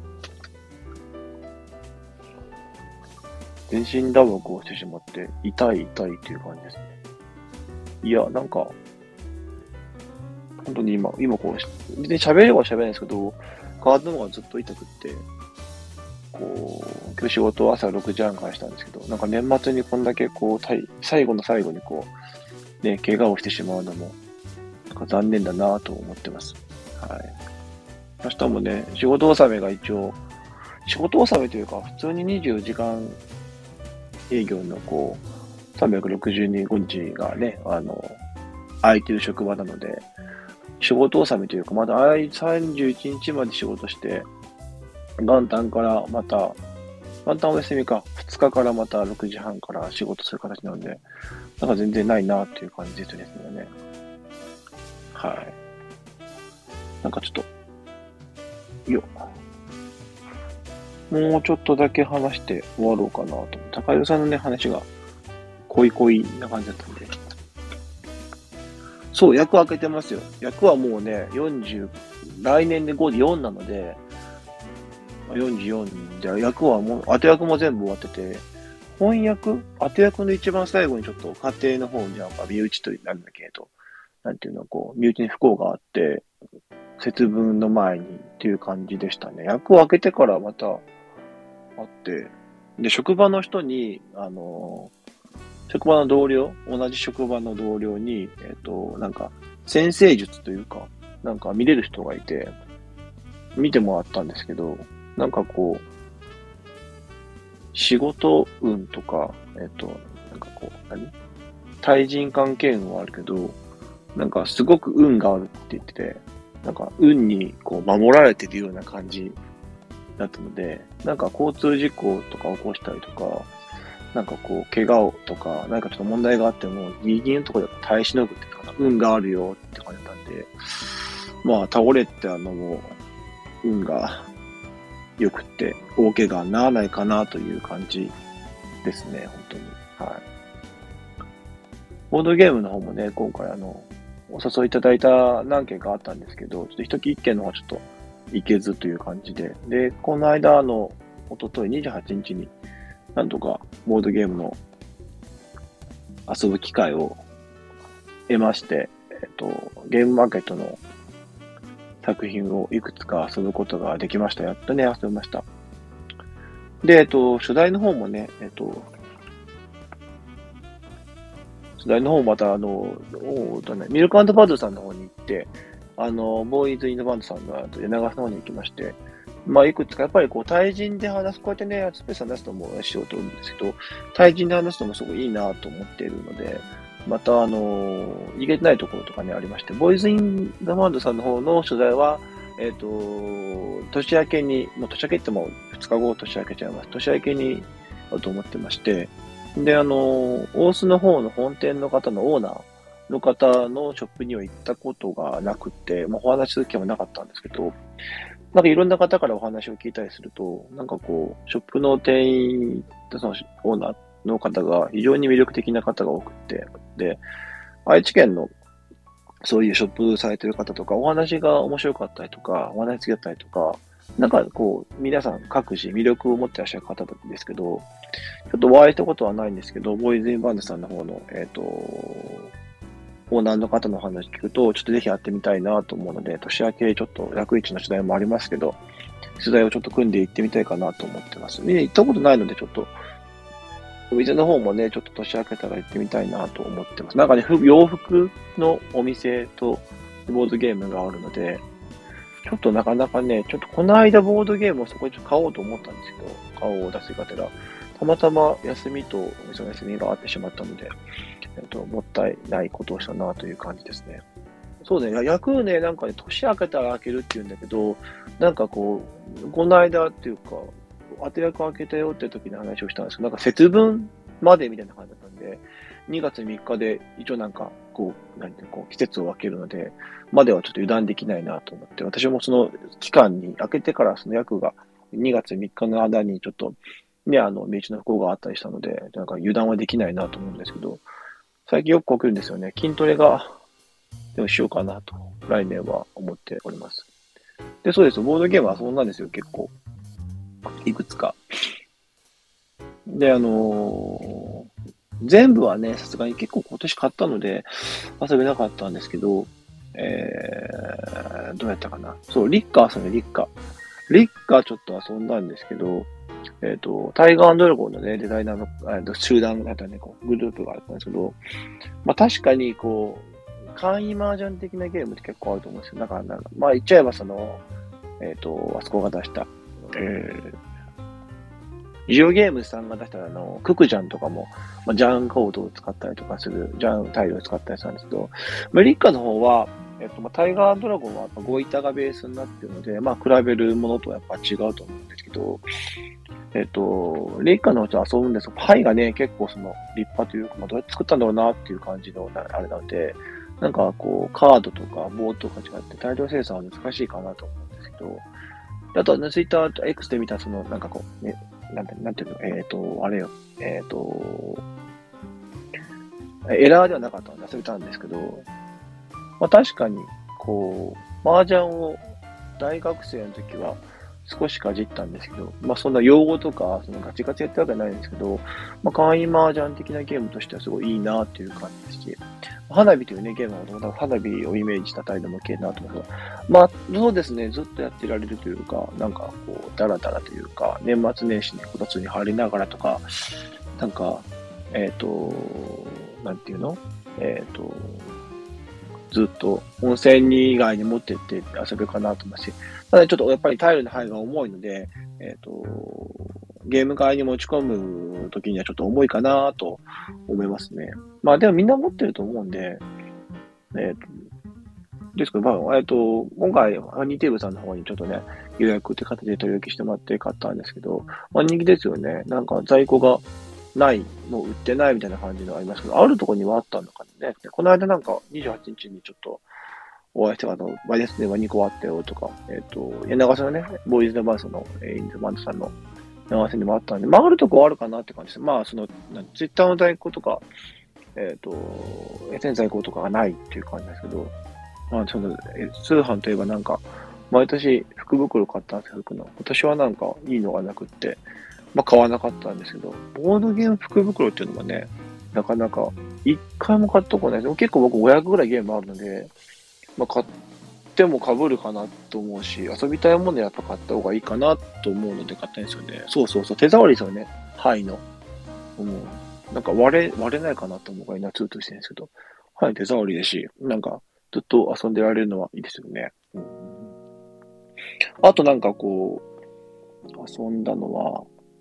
全身打撲をしてしまって、痛い痛いっていう感じですね。いや、なんか、本当に今、今こう、別に喋れば喋れないですけど、体の方がずっと痛くって、こう、今日仕事を朝ろくじはんからしたんですけど、なんか年末にこんだけこう、最後の最後にこう、ね、怪我をしてしまうのも、なんか残念だなと思ってます。はい。明日もね、仕事納めが一応、仕事納めというか、普通ににじゅうよじかん営業のこう、さんびゃくろくじゅうごにちがね、あの、空いてる職場なので、仕事納めというか、まださんじゅういちにちまで仕事して、元旦からまた、元旦お休みか、ふつかからまたろくじはんから仕事する形なので、なんか全然ないなっていう感じですよね。はい。なんかちょっと、よもうちょっとだけ話して終わろうかなと思って、高弘さんのね、話が濃い濃いな感じだったんで。そう、役開けてますよ。役はもうね、よんじゅう、来年でごでよんなので、よんじゅうよんで、役はもう、後役も全部終わってて、翻訳後役の一番最後にちょっと家庭の方になんか身内となるんだけど、なんていうの、こう、身内に不幸があって、節分の前にっていう感じでしたね。役を開けてからまたあって、で、職場の人に、あの、職場の同僚、同じ職場の同僚に、えっと、なんか、先生術というか、なんか見れる人がいて、見てもらったんですけど、なんかこう、仕事運とか、えっと、なんかこう、何対人関係運はあるけど、なんかすごく運があるって言ってて、なんか運にこう守られてるような感じだったので、なんか交通事故とか起こしたりとか、なんかこう、怪我をとか、なんかちょっと問題があっても、ギリギリのところで耐えしのぐっていうかな、運があるよって感じだったんで、まあ、倒れってあのもう、運が良くって、大怪我にならないかなという感じですね、本当に。はい。ボードゲームの方もね、今回あの、お誘いいただいた何件かあったんですけど、ちょっと一一件の方はちょっと行けずという感じで、で、この間あの、おとといにじゅうはちにちに、なんとかボードゲームの遊ぶ機会を得まして、えっと、ゲームマーケットの作品をいくつか遊ぶことができました。やっとね、遊びました。で、えっと、初代の方もね、えっと、初代の方また、あの、おとね、ミルク&バードさんの方に行って、あの、ボーイズ・イン・バンドさんの柳川さんの方に行きまして、まあ、いくつか、やっぱりこう、対人で話す、こうやってね、スペース話すのもしようと思うんですけど、対人で話すのもすごいいいなと思っているので、また、あの、逃げてないところとかね、ありまして、ボーイズ・イン・ザ・バンドさんの方の取材は、えっと、年明けに、もう年明けってもふつかご年明けちゃいます。年明けに、だと思ってまして、で、あの、大須の方の本店の方のオーナーの方のショップには行ったことがなくて、まあ、お話しする機会もなかったんですけど、なんかいろんな方からお話を聞いたりすると、なんかこう、ショップの店員、そのオーナーの方が非常に魅力的な方が多くて、で、愛知県のそういうショップされてる方とか、お話が面白かったりとか、お話好きだったりとか、なんかこう、皆さん各自魅力を持ってらっしゃる方なんですけど、ちょっとお会いしたことはないんですけど、ボーイズ・イン・バンドさんの方の、えっと、オーナーの方の話聞くと、ちょっとぜひ会ってみたいなと思うので、年明けちょっと楽市の取材もありますけど、取材をちょっと組んで行ってみたいかなと思ってます。ね、行ったことないので、ちょっと、お店の方もね、ちょっと年明けたら行ってみたいなと思ってます。なんかね、洋服のお店とボードゲームがあるので、ちょっとなかなかね、ちょっとこの間ボードゲームをそこで買おうと思ったんですけど、顔を出すがてら、たまたま休みとお店の休みがあってしまったので、えっと、もったいないことをしたなという感じですね。そうね、役ね、なんかね、年明けたら開けるって言うんだけど、なんかこう、この間っていうか、当て役開けたよって時の話をしたんですけど、なんか節分までみたいな感じだったんで、にがつみっかで一応なんか、こう、なんていうの、こう、季節を分けるので、まではちょっと油断できないなと思って、私もその期間に、明けてからその役がにがつみっかの間にちょっと、ね、あの、道の不幸があったりしたので、なんか油断はできないなと思うんですけど、最近よく起きるんですよね。筋トレが、でもしようかなと、来年は思っております。で、そうです。ボードゲームはそんなんですよ、結構。いくつか。で、あのー全部はね、さすがに結構今年買ったので遊べなかったんですけど、えー、どうやったかな。そう、リッカー、そのリッカー。リッカーちょっと遊んだんですけど、えっ、と、タイガー&ドラゴンのね、デザイナーの、えーと集団だったね、こうグループがあったんですけど、まあ確かにこう、簡易麻雀的なゲームって結構あると思うんですよ。だから、なんかまあ言っちゃえばその、えっ、と、あそこが出した、えー、ジオゲームズさんが出したあの、ククジャンとかも、まあ、ジャンコードを使ったりとかする、ジャンタイルを使ったりしたんですけど、まあ、リッカの方は、えっと、まあ、タイガードラゴンはやっぱゴイタがベースになっているので、まあ、比べるものとはやっぱ違うと思うんですけど、えっと、リッカの方と遊ぶんですが、パイがね、結構その、立派というか、まあ、どうやって作ったんだろうなっていう感じの、あれなので、なんかこう、カードとか棒とか違って大量生産は難しいかなと思うんですけど、あとはね、ツイッター X で見たその、なんかこう、ね、なんて、なんていうの、えっ、ー、と、あれよ、えっ、ー、と、エラーではなかったので遊べたんですけど、まあ確かに、こう、麻雀を大学生の時は少しかじったんですけど、まあそんな用語とか、そのガチガチやったわけじゃないんですけど、まあ簡易麻雀的なゲームとしてはすごいいいなっていう感じですし、花火というね、ゲームはもともと花火をイメージしたタイルも系なと思うけど、まあ、そうですね、ずっとやってられるというか、なんかこう、ダラダラというか、年末年始にこたつに入りながらとか、なんか、えっ、ー、と、なんていうのえっ、ー、と、ずっと温泉に以外に持ってって遊べるかなと思いますし、ただちょっとやっぱりタイルの範囲が重いので、えっ、ー、と、ゲーム会に持ち込むときにはちょっと重いかなと思いますね。まあでもみんな持ってると思うんで、えっ、ー、と、ですけど、まあ、えっ、ー、と、今回、ハニーテーブルさんの方にちょっとね、予約って形で取り置きしてもらって買ったんですけど、まあ人気ですよね。なんか在庫がない、もう売ってないみたいな感じのありますけど、あるところにはあったのかね。この間なんかにじゅうはちにちにちょっとお会いした方、バイデスではにこあったよとか、えっ、ー、と、柳瀬のね、ボーイズ・ザ・バースの、えー、インズ・バンドさんの柳瀬にもあったんで、まああるとこはあるかなって感じです。まあその、ツイッターの在庫とか、えっ、ー、と、エスエヌ在庫とかがないっていう感じですけど、まあその、え通販といえばなんか、毎年福袋買ったんですよ、服の。今年はなんかいいのがなくって、まあ買わなかったんですけど、ボードゲーム福袋っていうのがね、なかなか一回も買ったことないです。結構僕ごひゃくぐらいゲームあるので、まあ買っても被るかなと思うし、遊びたいものやっぱ買った方がいいかなと思うので買ったんですよね。そうそうそう、手触りですよね。はいの。うん。なんか割れ、割れないかなと思うから今ツーとしてるんですけど、はい、手触りですし、なんかずっと遊んでられるのはいいですよね。うん、あとなんかこう、遊んだのは、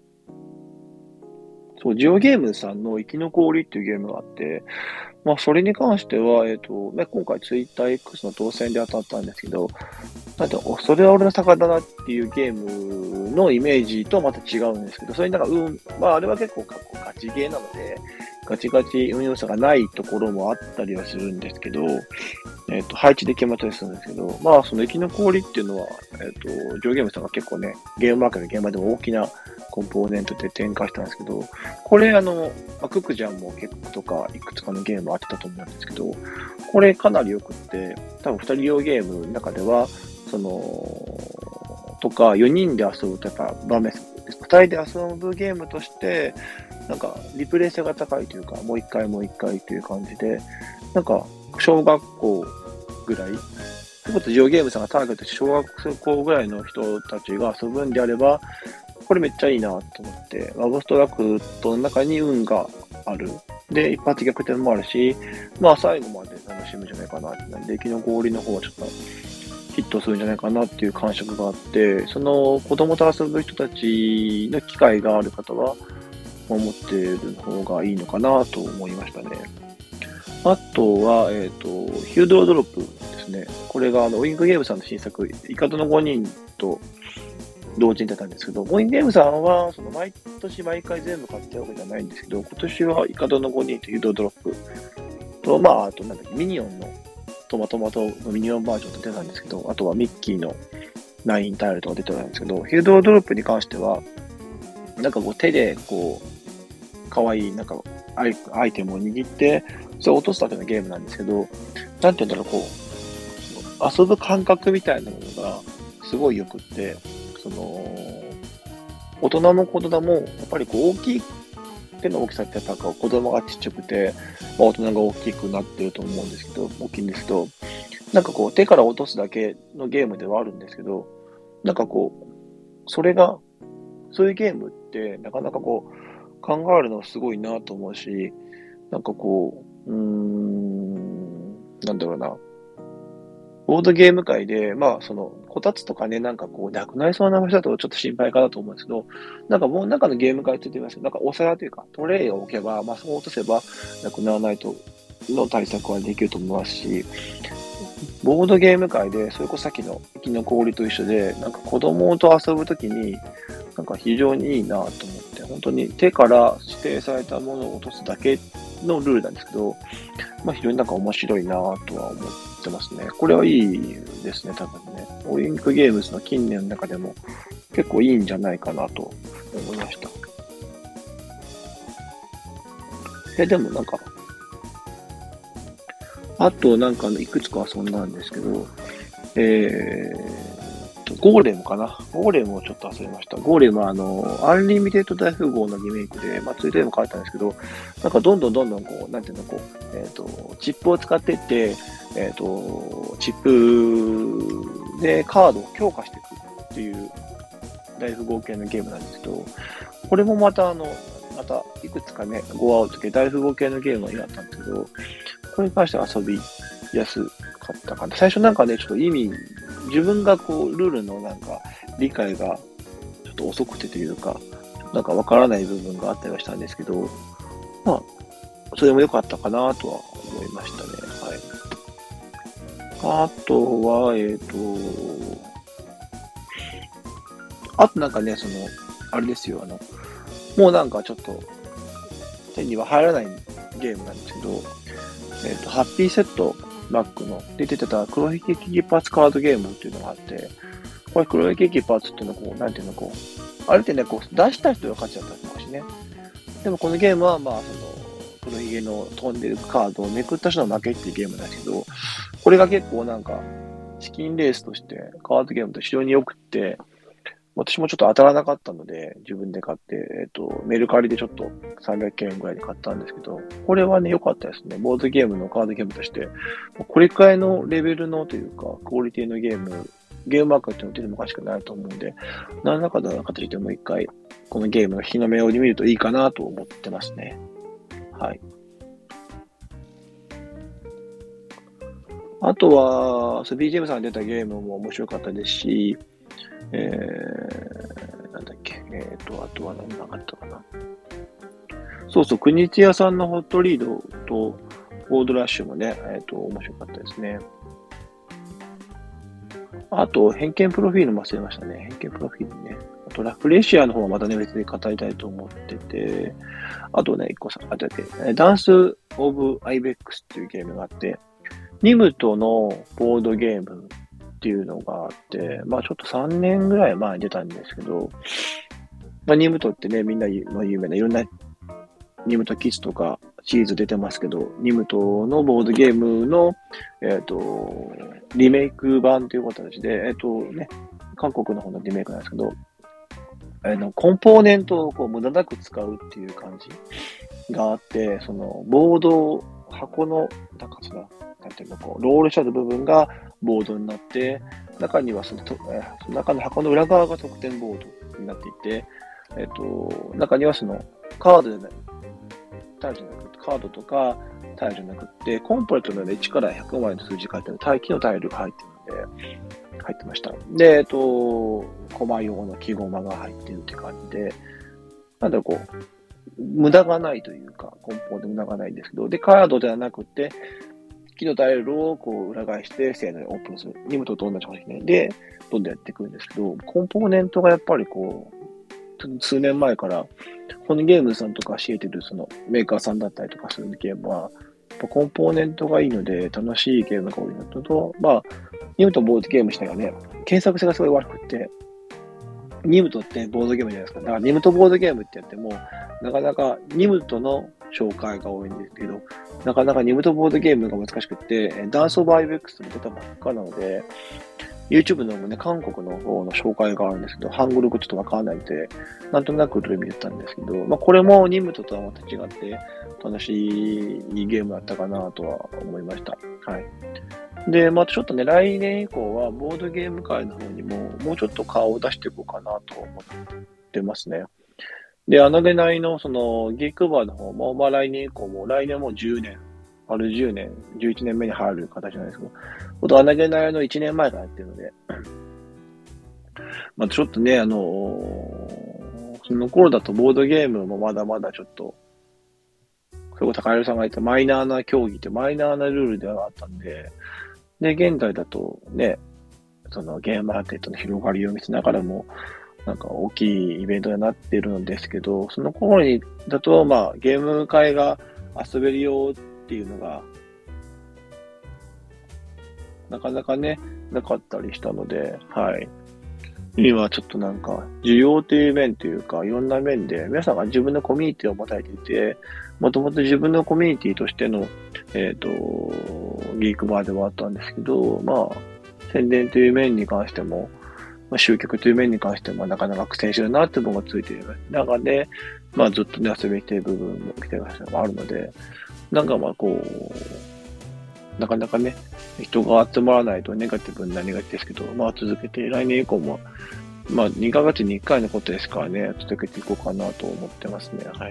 そう、ジオゲームズさんの生き残りっていうゲームがあって、まあ、それに関しては、えっ、ー、と、ね、今回ツイッター X の当選で当たったんですけど、なんて、それは俺の魚だっていうゲームのイメージとはまた違うんですけど、それになんか、うん、まあ、あれは結構ガチゲーなので、ガチガチ運用差がないところもあったりはするんですけど、えっ、ー、と、配置で決まったりするんですけど、まあ、その生き残りっていうのは、えっ、ー、と、ジオゲームさんが結構ね、ゲームマーケットの現場でも大きなコンポーネントで展開したんですけど、これあの、まあ、ククジャンも結構とかいくつかのゲームあってたと思うんですけど、これかなり良くって、多分ふたり用ゲームの中では、その、とかよにんで遊ぶとやっぱ場面、ふたりで遊ぶゲームとして、なんかリプレイ性が高いというか、もう一回もう一回という感じで、なんか小学校ぐらい、ってことジオゲームさんがターゲットして小学校ぐらいの人たちが遊ぶんであれば、これめっちゃいいなと思って、アブストラクトの中に運がある。で、一発逆転もあるし、まあ最後まで楽しむんじゃないかなってなんで、生き残りの方はちょっとヒットするんじゃないかなっていう感触があって、その子供と遊ぶ人たちの機会がある方は、思っている方がいいのかなと思いましたね。あとは、えっ、ー、と、ヒュードロドロップですね。これがあのウィングゲームさんの新作、イカドのごにんと、 同時に出たんですけど、モインゲームさんは、その毎年毎回全部買ってるわけじゃないんですけど、今年はイカドのごにんというドドロップと、まあ、あとなんだっけ、ミニオンのトマトマトのミニオンバージョンと出たんですけど、あとはミッキーのナインタイルとか出てたんですけど、ヒルドドロップに関しては、なんかこう手でこう、かわいいなんかアイアイテムを握って、それを落とすだけのゲームなんですけど、なんて言うんだろう、こう、遊ぶ感覚みたいなものがすごい良くって、その、大人も子供も、やっぱりこう大きい、手の大きさってやっぱ子供がちっちゃくて、まあ、大人が大きくなってると思うんですけど、大きいんですけど、なんかこう手から落とすだけのゲームではあるんですけど、なんかこう、それが、そういうゲームってなかなかこう考えるのすごいなと思うし、なんかこう、うーん、なんだろうな。ボードゲーム界で、まあ、その、こたつとかね、なんかこう、なくなりそうな場所だとちょっと心配かなと思うんですけど、なんかもう中のゲーム界って言ってますけど、なんかお皿というか、トレイを置けば、まあ、そう落とせば、なくならないと、の対策はできると思いますし、ボードゲーム界で、それこそさっきの生きの氷と一緒で、なんか子供と遊ぶときに、なんか非常にいいなと思って、本当に手から指定されたものを落とすだけのルールなんですけど、まあ非常になんか面白いなとは思ってますね。これはいいですね、多分ね。オリンクゲームズの近年の中でも結構いいんじゃないかなと思いました。え、でもなんか、あとなんかいくつか遊んだんですけど、えー、ゴーレムかな。ゴーレムをちょっと遊びました。ゴーレムはあの、アンリミテッド大富豪のリメイクで、まあ、ついでも書いたんですけど、なんかどんどんどんどんこう、なんていうの、こう、えっ、ー、と、チップを使っていって、えっ、ー、と、チップでカードを強化していくっていう大富豪系のゲームなんですけど、これもまたあの、またいくつかね、ゴーアウト系大富豪系のゲームがあったんですけど、これに関しては遊びやすかったかな。最初なんかね、ちょっと意味、自分がこう、ルールのなんか、理解がちょっと遅くてというか、なんかわからない部分があったりはしたんですけど、まあ、それも良かったかなとは思いましたね。はい。あとは、えっと、あとなんかね、その、あれですよ、あの、もうなんかちょっと、手には入らないゲームなんですけど、えっと、ハッピーセットバックので出てた黒ひげ危機一発カードゲームっていうのがあって、これ黒ひげ危機一発っていうのはこう、なんていうのこう、あれってね、こう、出した人が勝ちだったりとかしね。でもこのゲームは、まあ、その、黒ひげの飛んでるカードをめくった人の負けっていうゲームなんですけど、これが結構なんか、チキンレースとしてカードゲームと非常に良くって、私もちょっと当たらなかったので、自分で買って、えっと、メルカリでちょっとさんびゃくえんぐらいで買ったんですけど、これはね、良かったですね。ボードゲームのカードゲームとして、これくらいのレベルのというか、クオリティのゲーム、ゲームマークっていうの出てもおかしくないと思うんで、何らかの形でもう一回、このゲームの日の目を見るといいかなと思ってますね。はい。あとは、ビージーエム さんが出たゲームも面白かったですし、えー、なんだっけ、えーと、あとは何なかったかな。そうそう、国津屋さんのホットリードとボードラッシュもね、えーと、面白かったですね。あと、偏見プロフィールも忘れましたね。偏見プロフィールね。あと、ラフレシアの方はまたね、別に語りたいと思ってて、あとね、一個さ、あとだけ、ダンス・オブ・アイベックスっていうゲームがあって、ニムトのボードゲームっていうのがあって、まあちょっとさんねんぐらい前に出たんですけど、まあニムトってね、みんなの有名ないろんなニムトキッズとかシリーズ出てますけど、ニムトのボードゲームの、えっと、リメイク版という形で、えっとね、韓国の方のリメイクなんですけど、あのコンポーネントをこう無駄なく使うっていう感じがあって、そのボード、箱の、なんかその、なんていうの、こう、ロールした部分がボードになって、中にはその、えその中の箱の裏側が得点ボードになっていて、えっと、中にはその、カードじゃない、タイルじゃなくて、カードとかタイルじゃなくて、コンポレントのいちからひゃくまでの数字書いてある待機のタイルが入ってるので、入ってました。で、えっと、コマ用の木ゴマが入ってるって感じで、なんだろう、こう、無駄がないというか、梱包で無駄がないんですけど、で、カードではなくて、 起動タイルをこう裏返して、せーのでオープンする。ニムトと同じ感じね。で、どんどんやっていくんですけど、コンポーネントがやっぱりこう、数年前から、ホニゲームさんとか教えてるそのメーカーさんだったりとかするゲームは、やっぱコンポーネントがいいので楽しいゲームが多いのと、まあ、ニムトボードゲーム自体がね、検索性がすごい悪くて、ニムトってボードゲームじゃないですか。だからニムトボードゲームってやっても、なかなかニムトの紹介が多いんですけど、なかなかニムトボードゲームが難しくて、ダンスオブアイベックスも出たばっかなので、YouTube のもね、韓国の方の紹介があるんですけど、ハングル語ちょっとわからないので、なんとなくルー見てたんですけど、まあこれもニムトとはまた違って、楽しいゲームだったかなとは思いました。はい。で、まあちょっとね、来年以降はボードゲーム界の方にも、もうちょっと顔を出していこうかなと思ってますね。で、穴げないの、その、ギークバーの方も、まあ来年以降も、来年もじゅうねん、あるじゅうねん、じゅういちねんめに入る形なんですけど、ほんと穴げないのいちねんまえからやってるので、まあちょっとね、あのー、その頃だとボードゲームもまだまだちょっと、それこそ高弘さんが言ったマイナーな競技ってマイナーなルールではあったんで、で、現在だとね、そのゲームマーケットの広がりを見せながらも、なんか大きいイベントになっているのですけど、その頃にだと、まあ、ゲーム会が遊べるよっていうのが、なかなかね、なかったりしたので、はい。今ちょっとなんか、需要という面というか、いろんな面で、皆さんが自分のコミュニティを持たれていて、もともと自分のコミュニティとしての、えっと、ギークバーではあったんですけど、まあ、宣伝という面に関しても、まあ、集客という面に関しても、なかなか苦戦してるなっていうのがついている中で、まあ、ずっとね、遊びに来ている部分も来てるのがあるので、なんかまあ、こう、なかなかね、人が集まらないとネガティブになりがちですけど、まあ、続けて、来年以降も、まあ、にかげつにいっかいのことですからね、続けていこうかなと思ってますね。はい。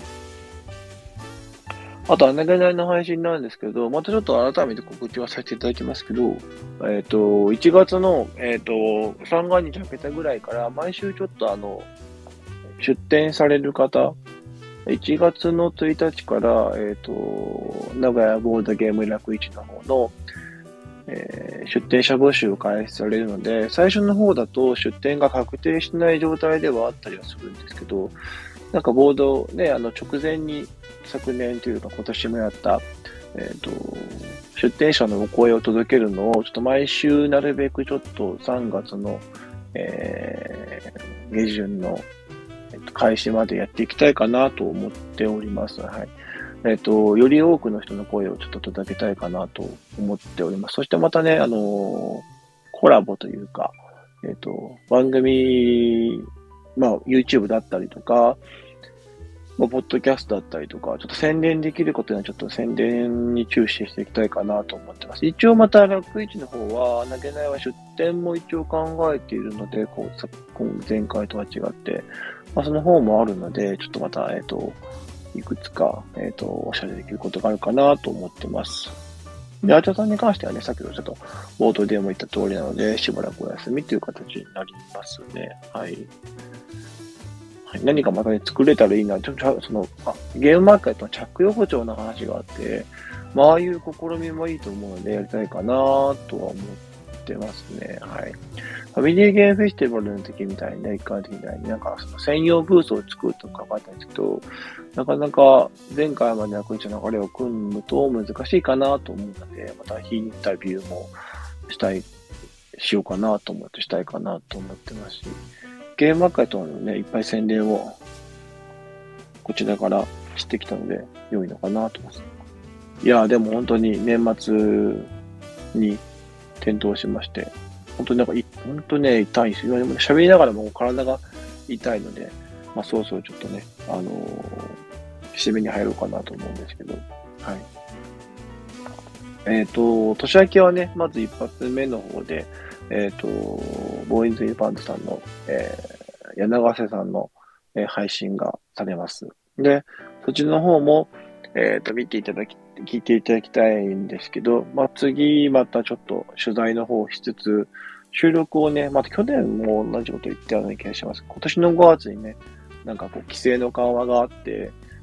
あと、穴げないの配信なんですけど、またちょっと改めて告知はさせていただきますけど、えっと、いちがつの、えっと、三が日明けたぐらいから、毎週ちょっとあの、出店される方、いちがつのついたちから、えっと、名古屋ボードゲーム楽市の方の、えー、出店者募集を開始されるので、最初の方だと出店が確定しない状態ではあったりはするんですけど、なんかボードね、あの直前に昨年というか今年もやった、えっと、出店者のお声を届けるのを、ちょっと毎週なるべくちょっとさんがつの、えー、下旬の、えっと、開始までやっていきたいかなと思っております。はい。えっと、より多くの人の声をちょっと届けたいかなと思っております。そしてまたね、あの、コラボというか、えっと、番組、まあ、YouTube だったりとか、まあ、ポッドキャストだったりとか、ちょっと宣伝できることにはちょっと宣伝に注視していきたいかなと思ってます。一応また楽市の方は、投げないは出店も一応考えているので、こう、前回とは違って、まあ、その方もあるので、ちょっとまた、えっと、いくつか、えっと、おしゃれできることがあるかなと思ってます。で、あちゃさんに関してはね、先ほどちょっと、冒頭でも言った通りなので、しばらくお休みという形になりますね。はい。はい、何かまたね、作れたらいいな。ちょっと、その、あ、ゲームマーケットの着用歩調の話があって、まあ、ああいう試みもいいと思うので、やりたいかなとは思ってますね。はい。ファミリーゲームフェスティバルの時みたいにね、一回的みたいになんかその専用ブースを作るとか考えたんですけど、なかなか前回までの楽市の流れを組むと難しいかなと思うので、またインタビューもしたい、しようかなと思ってしたいかなと思ってますし、ゲームマーケットのね、いっぱい宣伝をこちらからしてきたので、良いのかなと思います。いや、でも本当に年末に転倒しまして、本当になんか、本当ね、痛いんですよ。喋りながらも体が痛いので、まあ、そろそろちょっとね、あのー、締めに入ろうかなと思うんですけど、はい。えっと、年明けはね、まず一発目の方で、えっと、ボーインズ・イー・バンドさんの、えー、柳瀬さんの、えー、配信がされます。で、そっちの方も、えっと、見ていただき、聞いていただきたいんですけど、まあ、次またちょっと取材の方をしつつ、収録をね、また去年も同じこと言ってたような気がします。今年のごがつにね、なんかこう規制の緩和があって、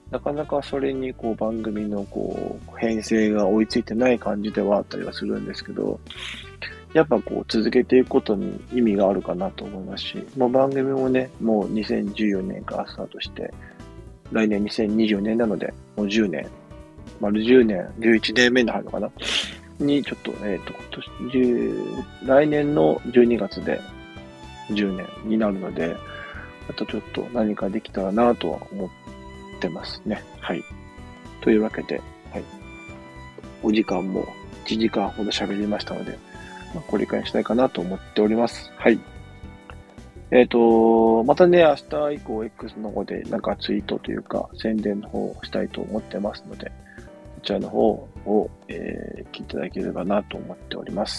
なかなかそれにこう番組のこう編成が追いついてない感じではあったりはするんですけど、やっぱこう続けていくことに意味があるかなと思いますし、もう番組もね、もうにせんじゅうよねんからスタートして、来年にせんにじゅうよねんなので、もうじゅうねん、丸じゅうねん、じゅういちねんめになるのかなに、ちょっと、えっと、今年、10来年のじゅうにがつでじゅうねんになるので、あとちょっと何かできたらなとは思ってますね。はい。というわけで、はい。お時間もいちじかんほど喋りましたので、まあ、これくらいにしたいかなと思っております。はい。えっと、またね、明日以降 X の方でなんかツイートというか宣伝の方をしたいと思ってますので、こちらの方を、えー、聞いていただければなと思っております。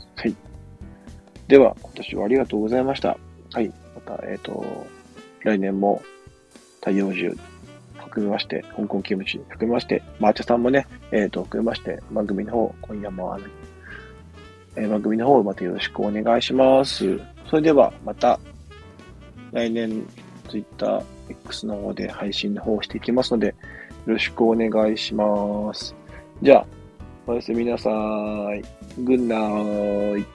はい。では、今年はありがとうございました。はい。また、えっと、来年も太陽獣含めまして、香港キムチ含めまして、マーチャさんもね、えっと、含めまして、番組の方、今夜もあの、えー、番組の方、またよろしくお願いします。それでは、また、来年、Twitter、X の方で配信の方をしていきますので、よろしくお願いします。じゃあ、おやすみなさい。グッナイ。